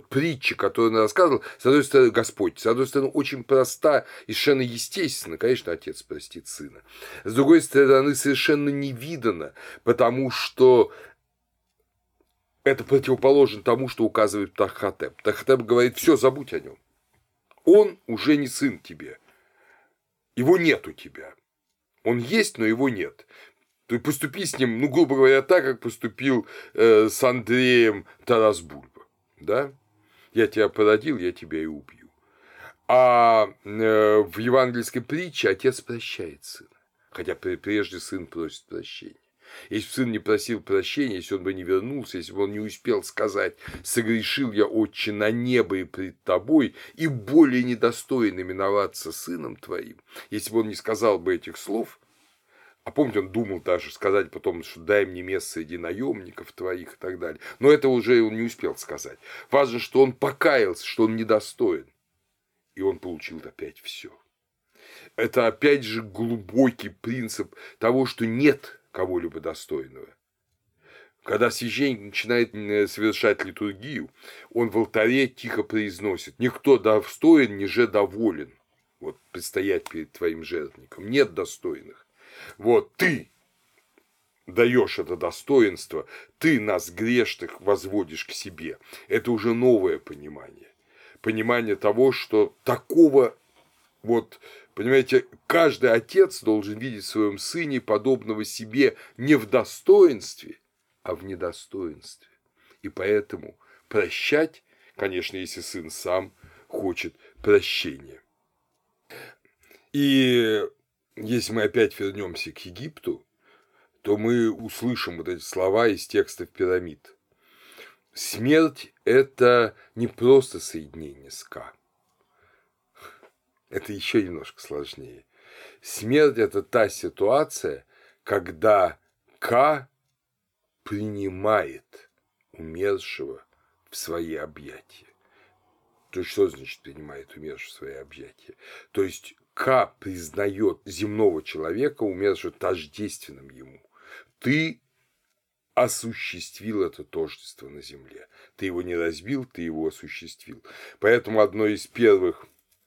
S1: притча, которую он рассказывал, с одной стороны, Господь, с одной стороны, очень проста и совершенно естественно, конечно, отец простит сына. С другой стороны, совершенно невиданно, потому что это противоположно тому, что указывает Птаххотеп. Птаххотеп говорит: все, забудь о нем. Он уже не сын тебе. Его нет у тебя. Он есть, но его нет. То есть поступи с ним, ну, грубо говоря, так, как поступил э, с Андреем Тарас Бульба. Да? Я тебя породил, я тебя и убью. А э, в евангельской притче отец прощает сына. Хотя прежде сын просит прощения. Если бы сын не просил прощения, если он бы не вернулся, если бы он не успел сказать: «Согрешил я, отче, на небо и пред тобой, и более недостоин именоваться сыном твоим», если бы он не сказал бы этих слов, а помните, он думал даже сказать потом, что «дай мне место среди наемников твоих» и так далее, но это уже он не успел сказать. Важно, что он покаялся, что он недостоин, и он получил опять все. Это опять же глубокий принцип того, что нет кого-либо достойного. Когда священник начинает совершать литургию, он в алтаре тихо произносит: «Никто достоин, ниже доволен вот предстоять перед твоим жертвенником. Нет достойных. Вот ты даешь это достоинство, ты нас, грешных, возводишь к себе». Это уже новое понимание. Понимание того, что такого вот, понимаете, каждый отец должен видеть в своем сыне подобного себе не в достоинстве, а в недостоинстве. И поэтому прощать, конечно, если сын сам хочет прощения. И если мы опять вернемся к Египту, то мы услышим вот эти слова из текстов пирамид. Смерть – это не просто соединение с Ка. Это еще немножко сложнее. Смерть – это та ситуация, когда Ка принимает умершего в свои объятия. То есть, что значит принимает умершего в свои объятия? То есть, Ка признает земного человека, умершего, тождественным ему. Ты осуществил это тождество на земле. Ты его не разбил, ты его осуществил. Поэтому одно из первых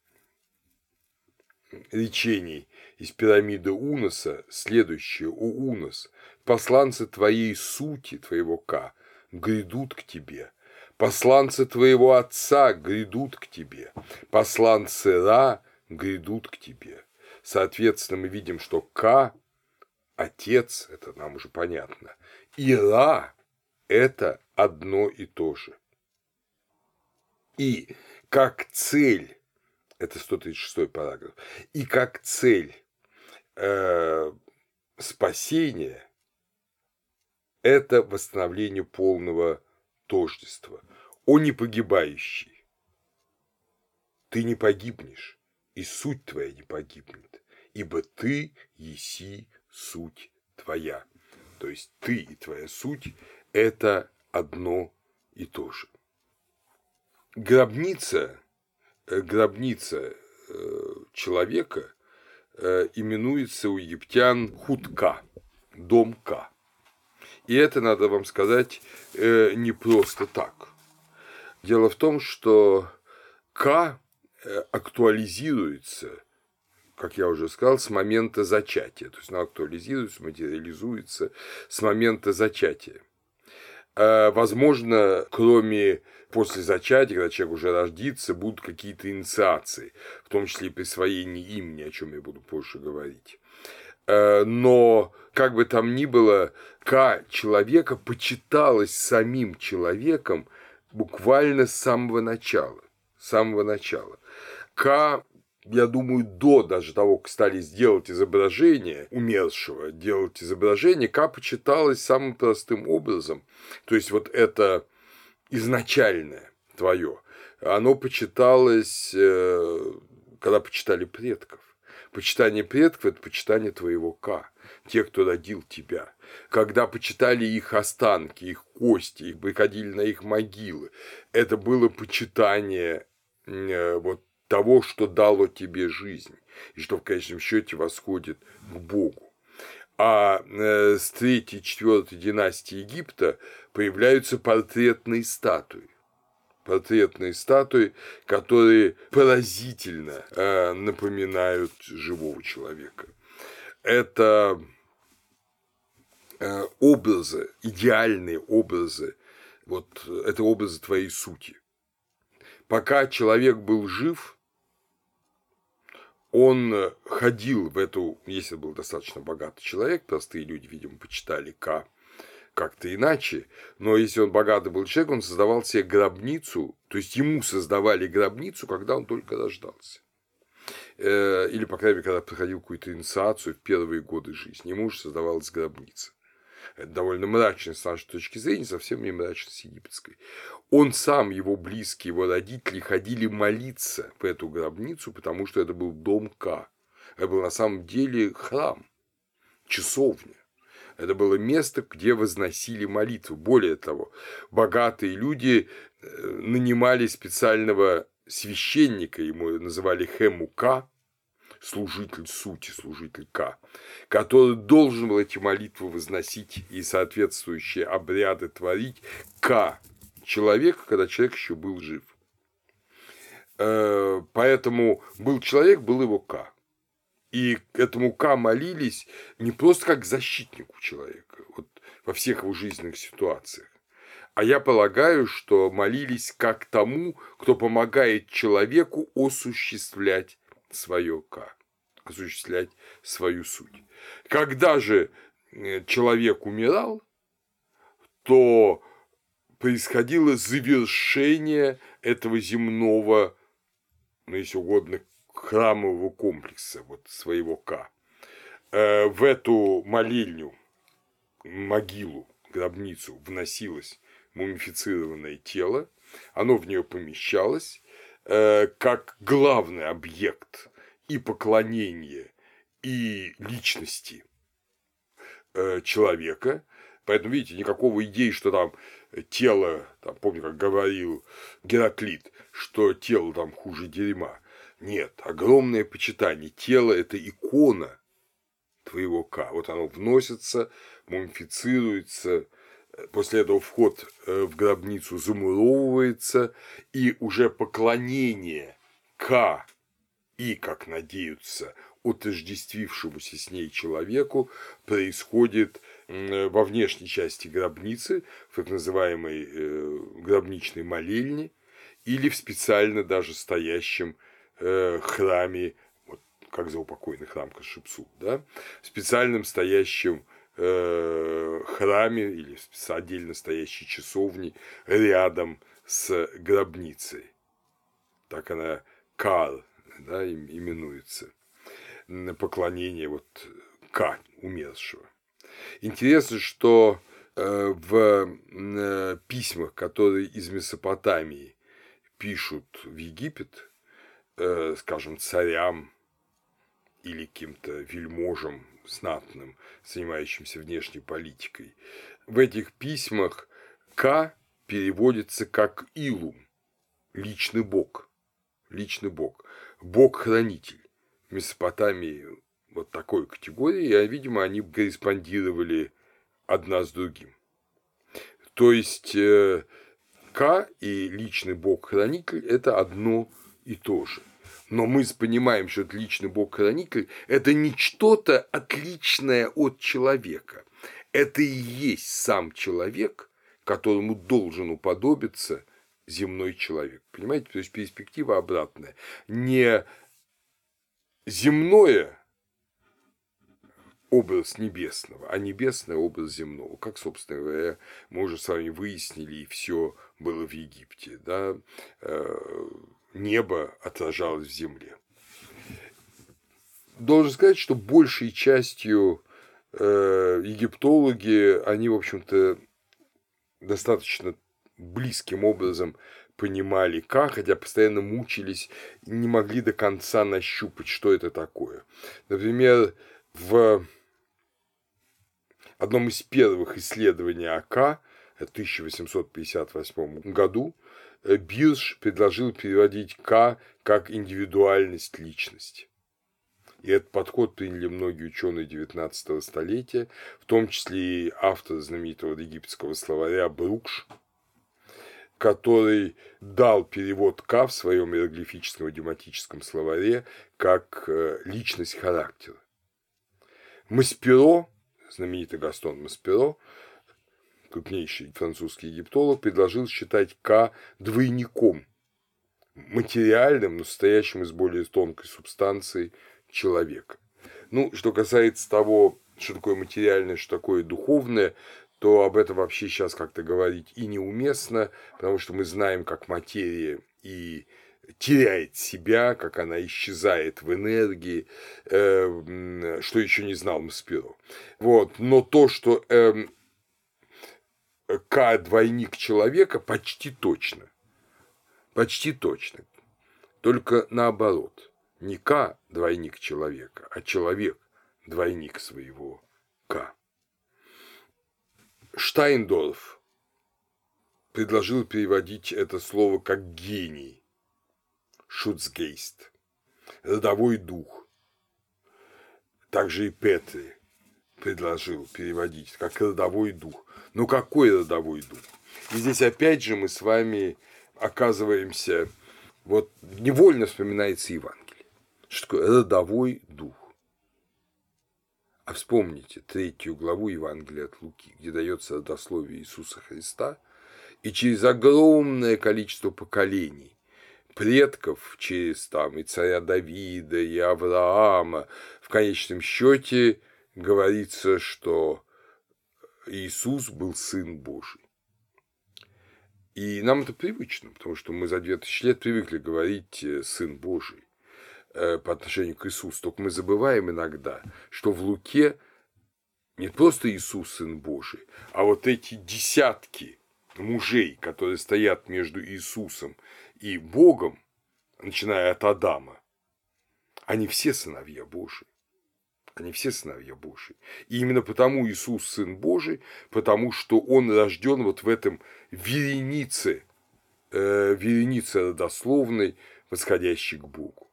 S1: речений из пирамиды Уноса следующее: «О Унос, посланцы твоей сути, твоего Ка, грядут к тебе, посланцы твоего отца грядут к тебе, посланцы Ра грядут к тебе». Соответственно, мы видим, что Ка – отец, это нам уже понятно, и Ра – это одно и то же. И как цель, это сто тридцать шестой параграф, и как цель э, спасения – это восстановление полного тождества. О непогибающий, ты не погибнешь, и суть твоя не погибнет, ибо ты еси суть твоя. То есть ты и твоя суть – это одно и то же. Гробница Гробница человека именуется у египтян Хут-Ка, дом Ка. И это, надо вам сказать, не просто так. Дело в том, что Ка актуализируется, как я уже сказал, с момента зачатия. То есть она актуализируется, материализуется с момента зачатия. Возможно, кроме после зачатия, когда человек уже родится, будут какие-то инициации, в том числе и присвоение имени, о чем я буду позже говорить. Но, как бы там ни было, Ка человека почиталось самим человеком буквально с самого начала. С самого начала. Ка, я думаю, до даже того, как стали сделать изображение умершего, делать изображение, Ка почиталось самым простым образом. То есть, вот это изначальное твое, оно почиталось, когда почитали предков. Почитание предков – это почитание твоего Ка, тех, кто родил тебя. Когда почитали их останки, их кости, их приходили на их могилы, это было почитание вот того, что дало тебе жизнь, и что в конечном счете восходит к Богу. А с третьей-четвертой династии Египта появляются портретные статуи. портретные статуи, которые поразительно э, напоминают живого человека. Это э, образы, идеальные образы, вот это образы твоей сути. Пока человек был жив, он ходил в эту, если был достаточно богатый человек, простые люди, видимо, почитали К как-то иначе, но если он богатый был человек, он создавал себе гробницу, то есть ему создавали гробницу, когда он только рождался. Или, по крайней мере, когда проходил какую-то инициацию в первые годы жизни, ему уже создавалась гробница. Это довольно мрачно с нашей точки зрения, совсем не мрачно с египетской. Он сам, его близкие, его родители ходили молиться в эту гробницу, потому что это был дом Ка. Это был на самом деле храм, часовня. Это было место, где возносили молитву. Более того, богатые люди нанимали специального священника, ему называли Хэму-Ка, служитель сути, служитель Ка, который должен был эти молитвы возносить и соответствующие обряды творить Ка человека, когда человек еще был жив. Поэтому был человек, был его Ка. И к этому Ка молились не просто как к защитнику человека, вот во всех его жизненных ситуациях, а я полагаю, что молились как тому, кто помогает человеку осуществлять свое Ка, осуществлять свою суть. Когда же человек умирал, то происходило завершение этого земного, ну, если угодно, храмового комплекса, вот своего Ка. В эту молельню, могилу, гробницу вносилось мумифицированное тело, оно в нее помещалось как главный объект и поклонения, и личности человека. Поэтому, видите, никакого идеи, что там тело, там, помню, как говорил Гераклит, что тело там хуже дерьма. Нет, огромное почитание. Тело – это икона твоего Ка. Вот оно вносится, мумифицируется, после этого вход в гробницу замуровывается, и уже поклонение Ка и, как надеются, отождествившемуся с ней человеку происходит во внешней части гробницы, в так называемой гробничной молельне, или в специально даже стоящем храме, вот как заупокойный храм Хатшепсут, да, в специальном стоящем храме или в отдельно стоящей часовне рядом с гробницей. Так она Кар, да, именуется. Поклонение вот Ка, умершего. Интересно, что в письмах, которые из Месопотамии пишут в Египет, скажем, царям или каким-то вельможам знатным, занимающимся внешней политикой, в этих письмах Ка переводится как Илум, личный бог, личный бог, бог-хранитель. В Месопотамии вот такой категории, и, видимо, они корреспондировали одна с другим. То есть Ка и личный бог-хранитель – это одно и то же. Но мы понимаем, что это личный бог-хранитель – это не что-то отличное от человека. Это и есть сам человек, которому должен уподобиться земной человек. Понимаете? То есть перспектива обратная. Не земное образ небесного, а небесный образ земного. Как, собственно говоря, мы уже с вами выяснили, и все было в Египте. Да? Небо отражалось в земле. Должен сказать, что большей частью египтологи, они, в общем-то, достаточно близким образом понимали Ка, хотя постоянно мучились и не могли до конца нащупать, что это такое. Например, в одном из первых исследований о Ка, в тысяча восемьсот пятьдесят восьмом году, Бирш предложил переводить Ка как индивидуальность личности. И этот подход приняли многие ученые девятнадцатого столетия, в том числе и автор знаменитого египетского словаря Брукш, который дал перевод К в своем иероглифическом идиоматическом словаре как личность характера. Масперо, знаменитый Гастон Масперо, крупнейший французский египтолог, предложил считать К двойником, материальным, но состоящим из более тонкой субстанции человека. Ну, что касается того, что такое материальное, что такое духовное, то об этом вообще сейчас как-то говорить и неуместно, потому что мы знаем, как материя и теряет себя, как она исчезает в энергии, э, что еще не знал Масперо. Вот. Но то, что э, К двойник человека, почти точно. Почти точно. Только наоборот. Не К двойник человека, а человек двойник своего К. Штайндорф предложил переводить это слово как гений, Шуцгейст, родовой дух. Также и Петри предложил переводить как родовой дух. Но какой родовой дух? И здесь опять же мы с вами оказываемся, вот невольно вспоминается Евангелие. Что такое родовой дух? А вспомните третью главу Евангелия от Луки, где дается родословие Иисуса Христа, и через огромное количество поколений, предков, через там и царя Давида, и Авраама, в конечном счете говорится, что Иисус был Сын Божий. И нам это привычно, потому что мы за две тысячи лет привыкли говорить «Сын Божий» по отношению к Иисусу. Только мы забываем иногда, что в Луке не просто Иисус Сын Божий, а вот эти десятки мужей, которые стоят между Иисусом и Богом, начиная от Адама, они все сыновья Божии. Они все сыновья Божии. И именно потому Иисус Сын Божий, потому что Он рожден вот в этом веренице, э, веренице родословной, восходящей к Богу.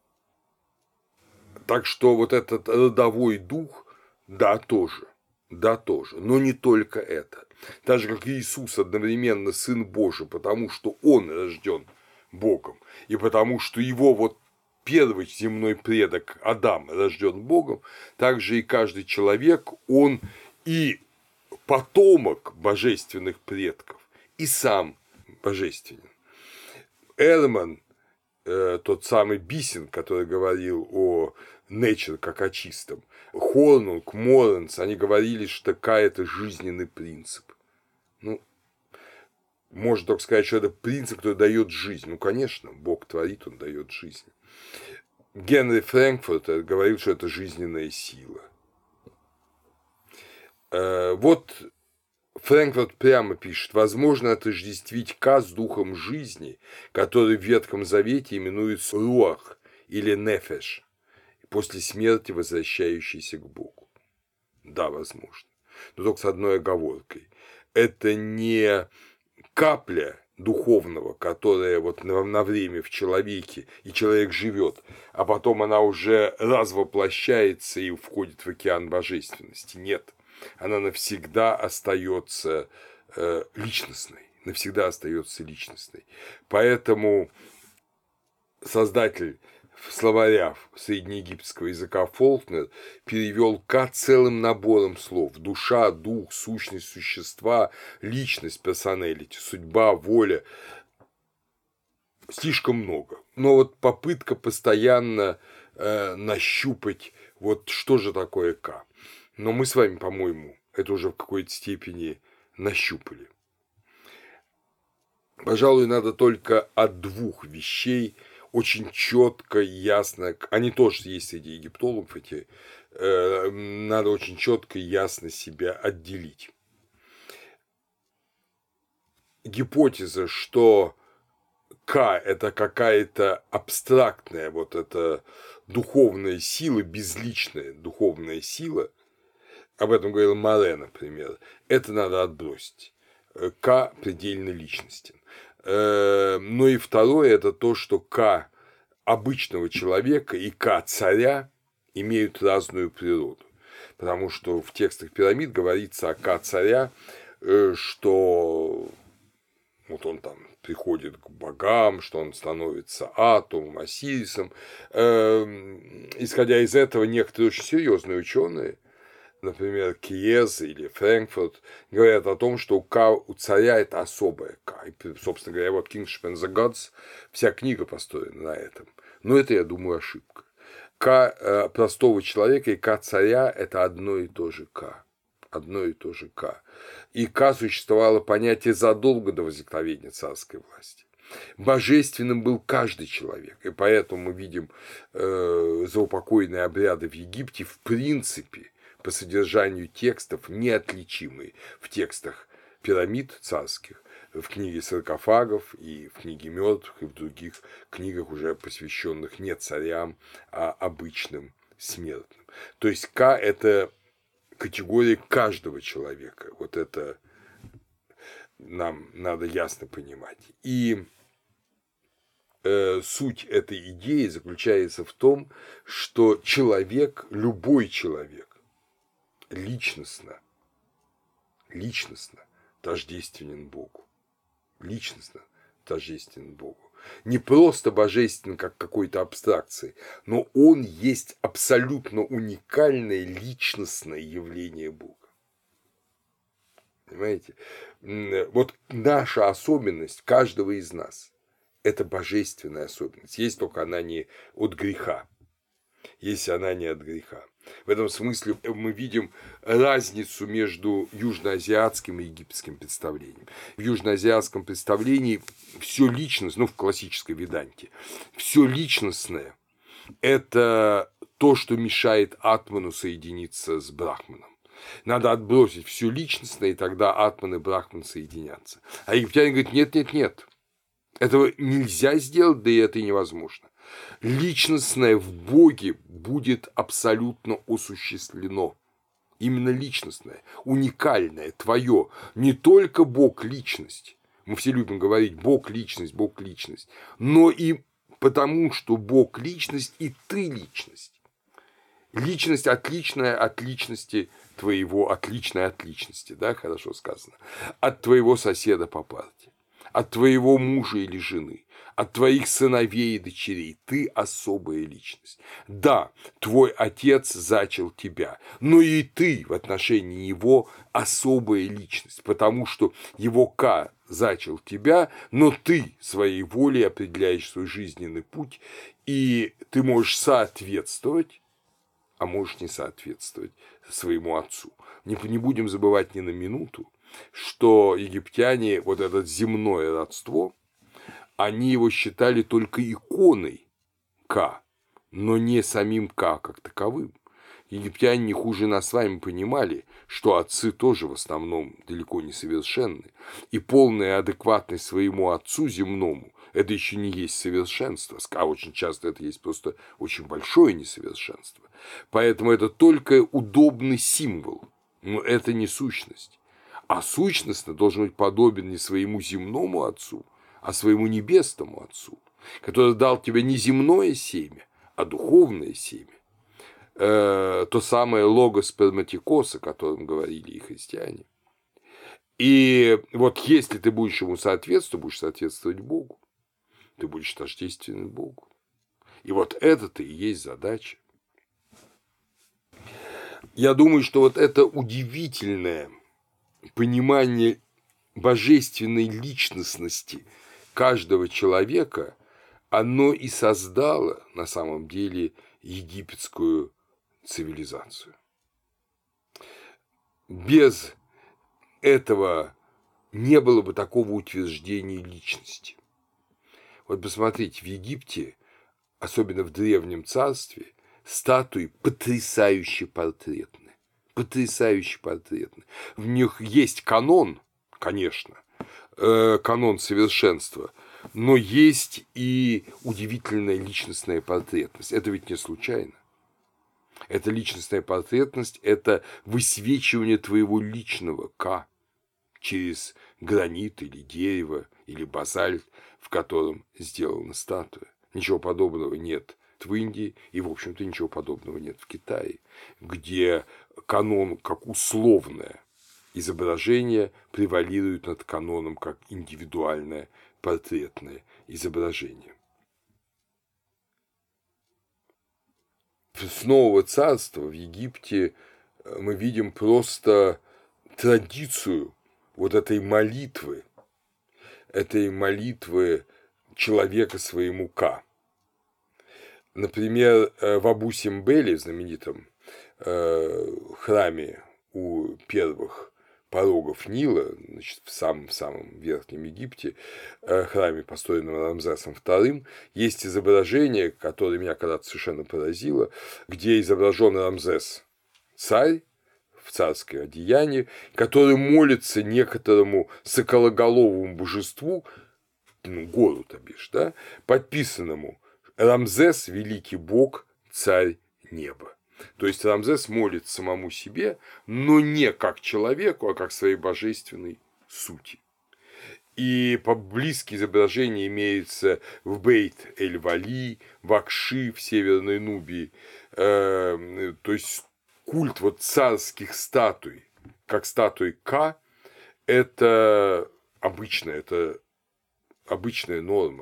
S1: Так что вот этот родовой дух, да, тоже, да, тоже, но не только это. Так же, как Иисус одновременно Сын Божий, потому что Он рожден Богом, и потому что Его вот первый земной предок Адам рожден Богом, также и каждый человек, он и потомок божественных предков, и сам божественен. Эрман, э, тот самый Бисин, который говорил о nature как о чистом, Хорнунг, Моренс, они говорили, что К – это жизненный принцип. Ну, можно только сказать, что это принцип, который дает жизнь. Ну, конечно, Бог творит, Он дает жизнь. Генри Франкфурт говорил, что это жизненная сила. Вот Франкфурт прямо пишет: возможно отождествить К с духом жизни, который в Ветхом Завете именуется руах или нефеш, после смерти возвращающийся к Богу. Да, возможно. Но только с одной оговоркой. Это не капля духовного, которая вот на время в человеке, и человек живет, а потом она уже развоплощается и входит в океан божественности. Нет, она навсегда остается э, личностной, навсегда остается личностной. Поэтому создатель словаря среднеегипетского языка Фолкнер перевел К целым набором слов: душа, дух, сущность существа, личность, персоналити, судьба, воля. Слишком много. Но вот попытка постоянно э, нащупать, вот что же такое К. Но мы с вами, по-моему, это уже в какой-то степени нащупали. Пожалуй, надо только от двух вещей очень четко, ясно, они тоже есть среди египтологов, эти, э, надо очень четко и ясно себя отделить. Гипотеза, что К – это какая-то абстрактная, вот эта духовная сила, безличная духовная сила, об этом говорил Море, например, это надо отбросить. К предельно личностен. Ну и второе – это то, что К обычного человека и К царя имеют разную природу. Потому что в текстах пирамид говорится о К царя, что вот он там приходит к богам, что он становится Атумом, Осирисом. Исходя из этого, некоторые очень серьезные ученые, например, Киез или Фрэнкфурт, говорят о том, что у, Ка, у царя это особая Ка. И, собственно говоря, вот Kingship and the Gods, вся книга построена на этом. Но это, я думаю, ошибка. Ка простого человека и Ка царя – это одно и то же Ка. Одно и то же Ка. И Ка существовало понятие задолго до возникновения царской власти. Божественным был каждый человек, и поэтому мы видим э, заупокойные обряды в Египте в принципе по содержанию текстов неотличимые в текстах пирамид царских, в книге саркофагов и в книге мертвых и в других книгах, уже посвященных не царям, а обычным смертным. То есть Ка – это категория каждого человека. Вот это нам надо ясно понимать. И э, суть этой идеи заключается в том, что человек, любой человек, личностно, личностно тождественен Богу. Личностно тождествен Богу. Не просто божествен, как какой-то абстракции, но он есть абсолютно уникальное личностное явление Бога. Понимаете? Вот наша особенность каждого из нас – это божественная особенность, есть только она не от греха, если она не от греха. В этом смысле мы видим разницу между южноазиатским и египетским представлением. В южноазиатском представлении все личностное, ну в классической веданте, все личностное – это то, что мешает атману соединиться с брахманом. Надо отбросить все личностное, и тогда атман и брахман соединятся. А египтяне говорят: нет, нет, нет, этого нельзя сделать, да и это и невозможно. Личностное в Боге будет абсолютно осуществлено. Именно личностное, уникальное, твое. Не только Бог – личность. Мы все любим говорить: Бог – личность, Бог – личность. Но и потому, что Бог – личность, и ты – личность. Личность отличная от личности твоего, отличная от личности, да, хорошо сказано. От твоего соседа по парте, от твоего мужа или жены, от твоих сыновей и дочерей. Ты особая личность. Да, твой отец зачал тебя, но и ты в отношении него особая личность, потому что его Ка зачал тебя, но ты своей волей определяешь свой жизненный путь, и ты можешь соответствовать, а можешь не соответствовать своему отцу. Не, не будем забывать ни на минуту, что египтяне, вот это земное родство, они его считали только иконой Ка, но не самим Ка как таковым. Египтяне не хуже нас с вами понимали, что отцы тоже в основном далеко не совершенны, и полная адекватность своему отцу земному – это еще не есть совершенство, а очень часто это есть просто очень большое несовершенство. Поэтому это только удобный символ, но это не сущность. А сущностно должен быть подобен не своему земному отцу, а своему небесному отцу, который дал тебе не земное семя, а духовное семя. Э, то самое логос сперматикос, о котором говорили и христиане. И вот если ты будешь ему соответствовать, будешь соответствовать Богу, ты будешь тождественен Богу. И вот это-то и есть задача. Я думаю, что вот это удивительное понимание божественной личностности каждого человека, оно и создало на самом деле египетскую цивилизацию. Без этого не было бы такого утверждения личности. Вот посмотрите, в Египте, особенно в Древнем Царстве, статуи потрясающе портретны. Потрясающе портретны. В них есть канон, конечно, канон совершенства, но есть и удивительная личностная портретность. Это ведь не случайно. Эта личностная портретность – это высвечивание твоего личного Ка через гранит или дерево или базальт, в котором сделана статуя. Ничего подобного нет в Индии, и, в общем-то, ничего подобного нет в Китае, где канон как условное изображение превалирует над каноном как индивидуальное портретное изображение. С Нового Царства в Египте мы видим просто традицию вот этой молитвы, этой молитвы человека своему Ка. Например, в Абу-Симбеле, знаменитом храме у первых порогов Нила, значит, в самом-самом Верхнем Египте, храме, построенном Рамзесом вторым, есть изображение, которое меня когда-то совершенно поразило, где изображен Рамзес, царь, в царское одеяние, который молится некоторому сокологоловому божеству, ну, гору, то бишь, да, подписанному «Рамзес – великий бог, царь неба». То есть Рамзес молит самому себе, но не как человеку, а как своей божественной сути. И близкие изображения имеются в Бейт-эль-Вали, в Акши, в Северной Нубии. То есть культ вот царских статуй, как статуи Ка, это обычная, это обычная норма.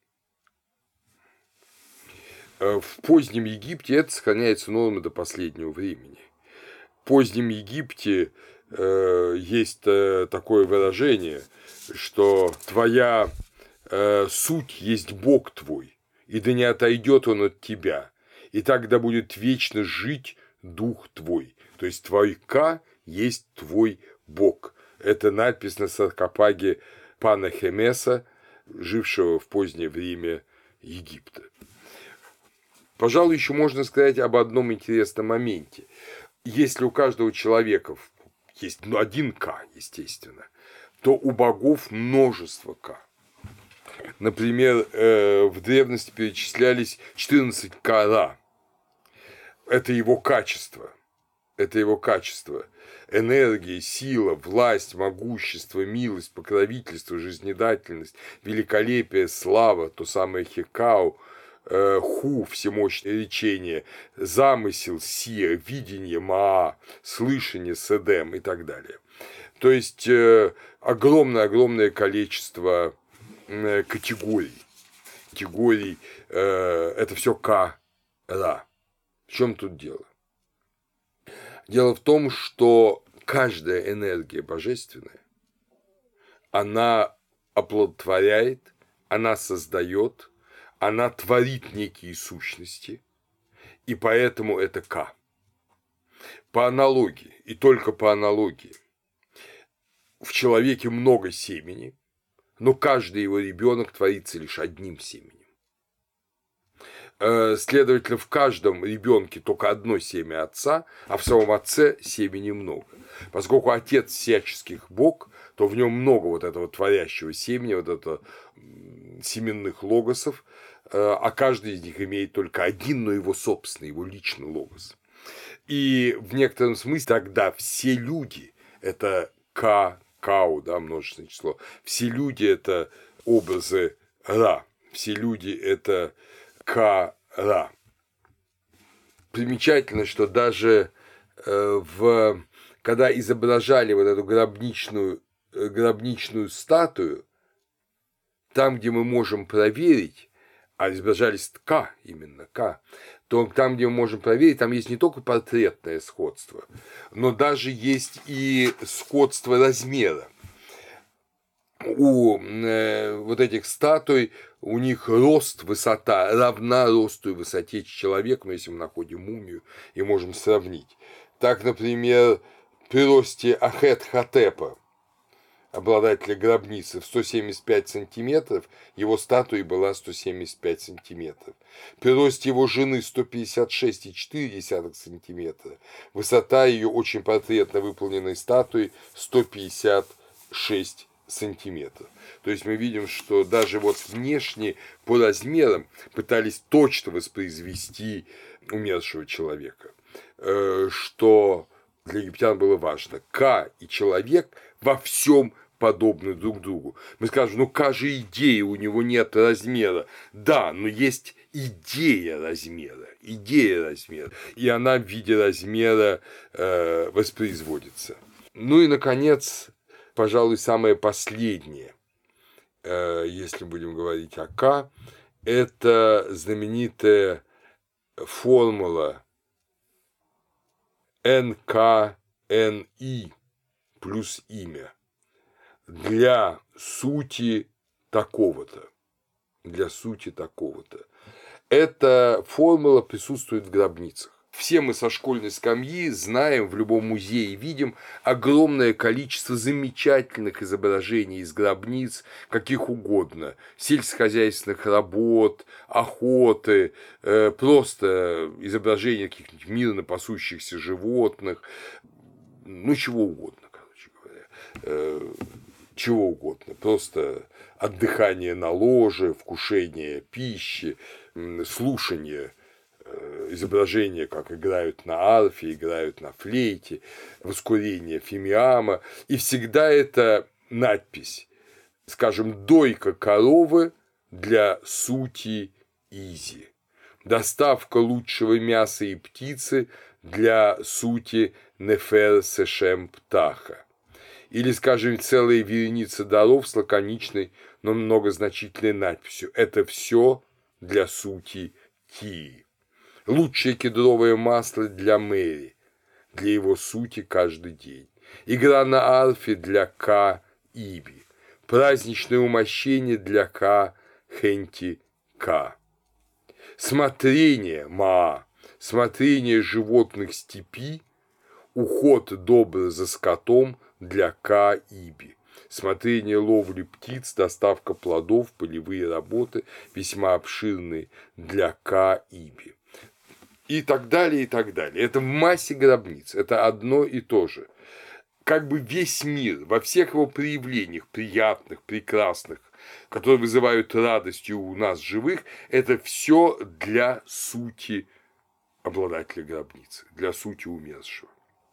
S1: В позднем Египте это сохраняется нормой до последнего времени. В позднем Египте э, есть э, такое выражение, что твоя э, суть есть Бог твой, и да не отойдет он от тебя, и тогда будет вечно жить дух твой. То есть твой Ка есть твой Бог. Это надпись на саркофаге пана Хемеса, жившего в позднее время Египта. Пожалуй, еще можно сказать об одном интересном моменте. Если у каждого человека есть ну, один Ка, естественно, то у богов множество Ка. Например, в древности перечислялись четырнадцать Ка-Ра. Это его качество. Это его качество. Энергия, сила, власть, могущество, милость, покровительство, жизнедательность, великолепие, слава, то самое Хекау, Ху, всемощное речение, замысел, Сия, видение, Маа, слышание, Седем и так далее. То есть огромное-огромное количество категорий. Категорий – это все Ка-Ра. В чем тут дело? Дело в том, что каждая энергия божественная, она оплодотворяет, она создает, она творит некие сущности, и поэтому это Ка. По аналогии, и только по аналогии, в человеке много семени, но каждый его ребенок творится лишь одним семенем. Следовательно, в каждом ребенке только одно семя отца, а в самом отце семени много. Поскольку отец всяческих Бог, то в нем много вот этого творящего семени, вот этого семенных логосов, а каждый из них имеет только один, но его собственный, его личный логос. И в некотором смысле тогда все люди – это Ка, Кау, да, множественное число, все люди – это образы Ра, все люди – это Ка-Ра. Примечательно, что даже э, в, когда изображали вот эту гробничную, гробничную статую, там, где мы можем проверить, а изображались Ка, именно Ка, то там, где мы можем проверить, там есть не только портретное сходство, но даже есть и сходство размера. У э, вот этих статуй у них рост, высота равна росту и высоте человека, но если мы находим мумию и можем сравнить. Так, например, при росте Ахет-Хотепа, обладателя гробницы, в сто семьдесят пять сантиметров, его статуя была сто семьдесят пять сантиметров. При росте его жены сто пятьдесят шесть целых четыре десятых сантиметра, высота ее очень портретно выполненной статуи сто пятьдесят шесть сантиметров. То есть мы видим, что даже вот внешне по размерам пытались точно воспроизвести умершего человека, что для египтян было важно. Ка и человек во всем подобны друг другу. Мы скажем, ну Ка же идея, у него нет размера. Да, но есть идея размера, идея размера, и она в виде размера э, воспроизводится. Ну и, наконец, пожалуй, самое последнее, если будем говорить о К, это знаменитая формула эн ка эн и плюс имя для сути такого-то. Для сути такого-то. Эта формула присутствует в гробницах. Все мы со школьной скамьи знаем, в любом музее видим огромное количество замечательных изображений из гробниц, каких угодно, сельскохозяйственных работ, охоты, э, просто изображения каких-нибудь мирно пасущихся животных, ну чего угодно, короче говоря, э, чего угодно, просто отдыхание на ложе, вкушение пищи, слушание изображения, как играют на арфе, играют на флейте, воскурение фимиама, и всегда это надпись, скажем, дойка коровы для сути изи, доставка лучшего мяса и птицы для сути нефер сешем птаха, или, скажем, целая вереница даров с лаконичной, но многозначительной надписью. Это все для сути Ки. Лучшее кедровое масло для Мэри, для его сути каждый день. Игра на арфе для К. Иби. Праздничное умощение для К. Хенти К. Смотрение Маа. Смотрение животных степи. Уход добрый за скотом для К. Иби. Смотрение ловли птиц, доставка плодов, полевые работы, весьма обширные для К. Иби. И так далее, и так далее. Это в массе гробниц, это одно и то же. Как бы весь мир во всех его проявлениях, приятных, прекрасных, которые вызывают радость у нас живых, это все для сути обладателя гробницы, для сути умершего.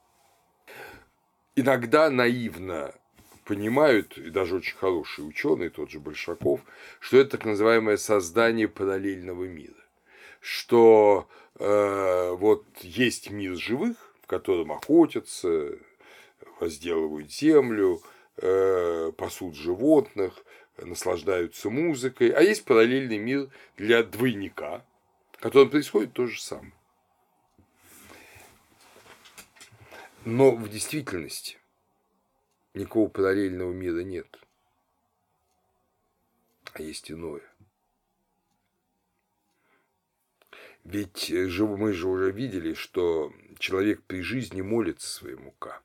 S1: Иногда наивно понимают, и даже очень хорошие ученые, тот же Большаков, что это так называемое создание параллельного мира, что э, вот есть мир живых, в котором охотятся, возделывают землю, э, пасут животных, наслаждаются музыкой, а есть параллельный мир для двойника, в котором происходит то же самое. Но в действительности никакого параллельного мира нет, а есть иное. Ведь мы же уже видели, что человек при жизни молится своему К.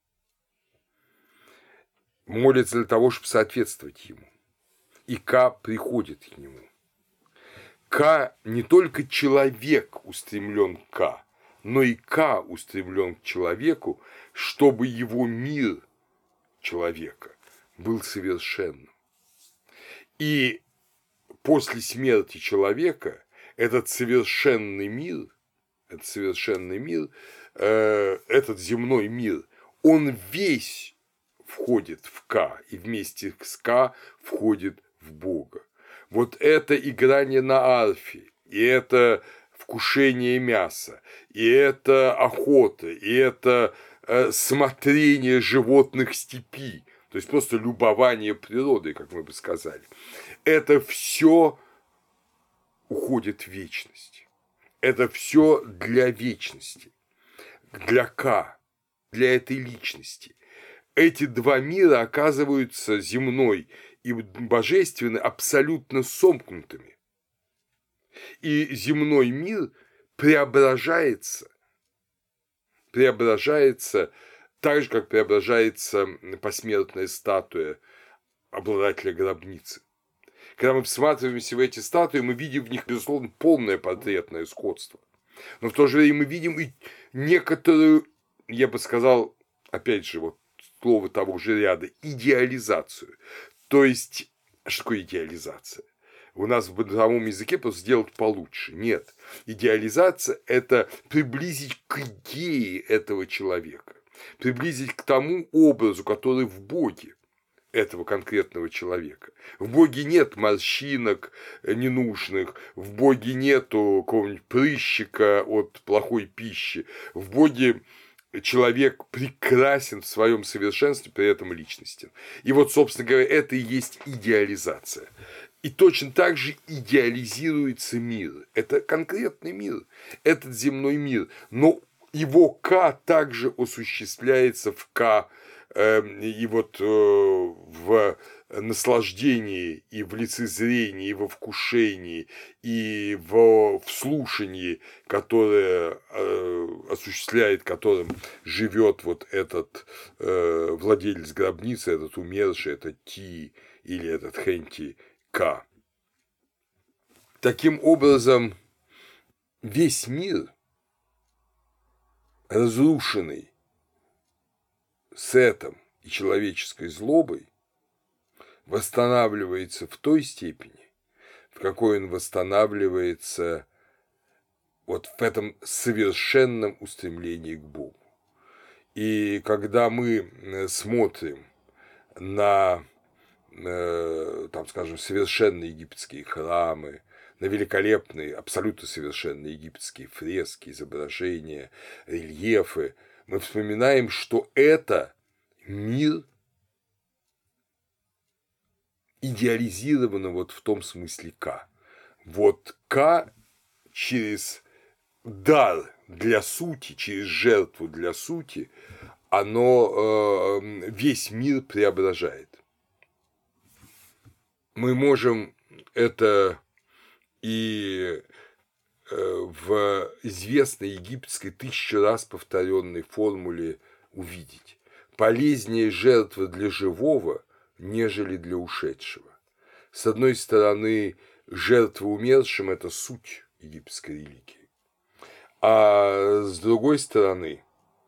S1: Молится для того, чтобы соответствовать ему. И К приходит к нему. К не только человек устремлен к К, но и К устремлен к человеку, чтобы его мир человека был совершенным. И после смерти человека этот совершенный мир, этот совершенный мир, э, этот земной мир, он весь входит в К, и вместе с К входит в Бога. Вот это играние на арфе, и это вкушение мяса, и это охота, и это э, смотрение животных степи, то есть просто любование природой, как мы бы сказали. Это все уходит в вечность. Это все для вечности, для К, для этой личности. Эти два мира оказываются, земной и божественный, абсолютно сомкнутыми. И земной мир преображается, преображается так же, как преображается посмертная статуя обладателя гробницы. Когда мы всматриваемся в эти статуи, мы видим в них, безусловно, полное портретное сходство. Но в то же время мы видим и некоторую, я бы сказал, опять же, вот слово того же ряда, идеализацию. То есть, что такое идеализация? У нас в бытовом языке просто сделать получше. Нет. Идеализация – это приблизить к идее этого человека, приблизить к тому образу, который в Боге этого конкретного человека. В Боге нет морщинок ненужных, в Боге нету какого-нибудь прыщика от плохой пищи, в Боге человек прекрасен в своем совершенстве, при этом личностен. И вот, собственно говоря, это и есть идеализация. И точно так же идеализируется мир. Это конкретный мир, этот земной мир. Но его К также осуществляется в К, э, и вот э, в наслаждении, и в лицезрении, и во вкушении, и в вслушании, которое э, осуществляет, которым живет вот этот э, владелец гробницы, этот умерший, этот Ти или этот Хенти К. Таким образом, весь мир, разрушенный сетом и человеческой злобой, восстанавливается в той степени, в какой он восстанавливается вот в этом совершенном устремлении к Богу. И когда мы смотрим на, там, скажем, совершенные египетские храмы, на великолепные, абсолютно совершенные египетские фрески, изображения, рельефы, мы вспоминаем, что это мир идеализировано вот в том смысле К. Вот К через дар для сути, через жертву для сути, оно э, весь мир преображает. Мы можем это и в известной египетской тысячу раз повторенной формуле увидеть. Полезнее жертва для живого, нежели для ушедшего. С одной стороны, жертва умершим – это суть египетской религии, а с другой стороны,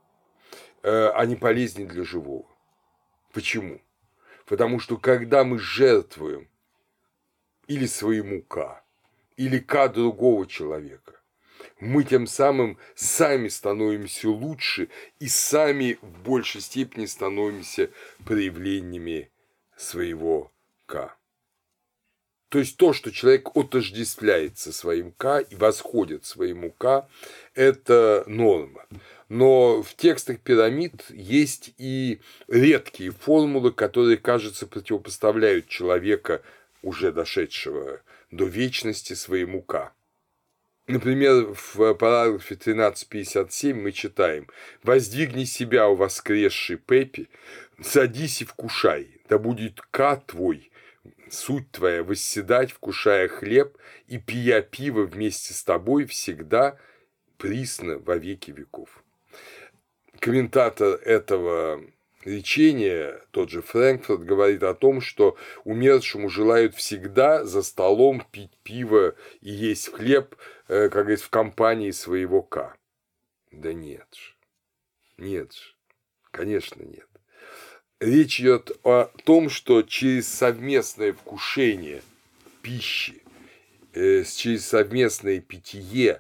S1: они полезнее для живого. Почему? Потому что когда мы жертвуем или своему Ка, или Ка другого человека, мы тем самым сами становимся лучше и сами в большей степени становимся проявлениями своего Ка. То есть то, что человек отождествляется своим Ка и восходит своему Ка, это норма. Но в текстах пирамид есть и редкие формулы, которые, кажется, противопоставляют человека, уже дошедшего до вечности, своему Ка. Например, в параграфе тринадцать пятьдесят семь мы читаем: «Воздвигни себя, о воскресший Пепи, садись и вкушай, да будет Ка твой, суть твоя, восседать, вкушая хлеб и пия пиво вместе с тобой всегда, присно во веки веков». Комментатор этого речения, тот же Фрэнкфурт, говорит о том, что умершему желают всегда за столом пить пиво и есть хлеб, как говорится, в компании своего Ка. Да нет же, нет же, конечно нет. Речь идет о том, что через совместное вкушение пищи, через совместное питье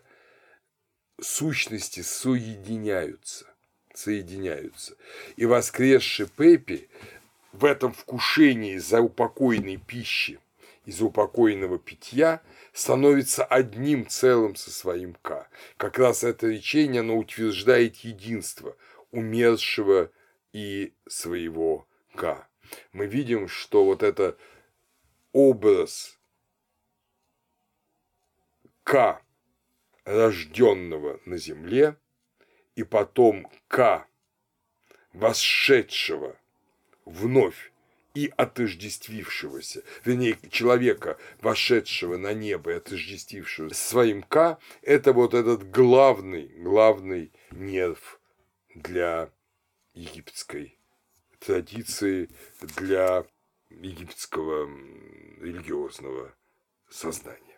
S1: сущности соединяются. соединяются. И воскресший Пепи в этом вкушении заупокойной пищи и заупокойного питья становится одним целым со своим Ка. Как раз это речение, оно утверждает единство умершего и своего Ка. Мы видим, что вот это образ Ка, рожденного на земле, и потом Ка, восшедшего вновь и отождествившегося, вернее, человека, вошедшего на небо и отождествившего своим Ка, это вот этот главный, главный нерв для египетской традиции, для египетского религиозного сознания.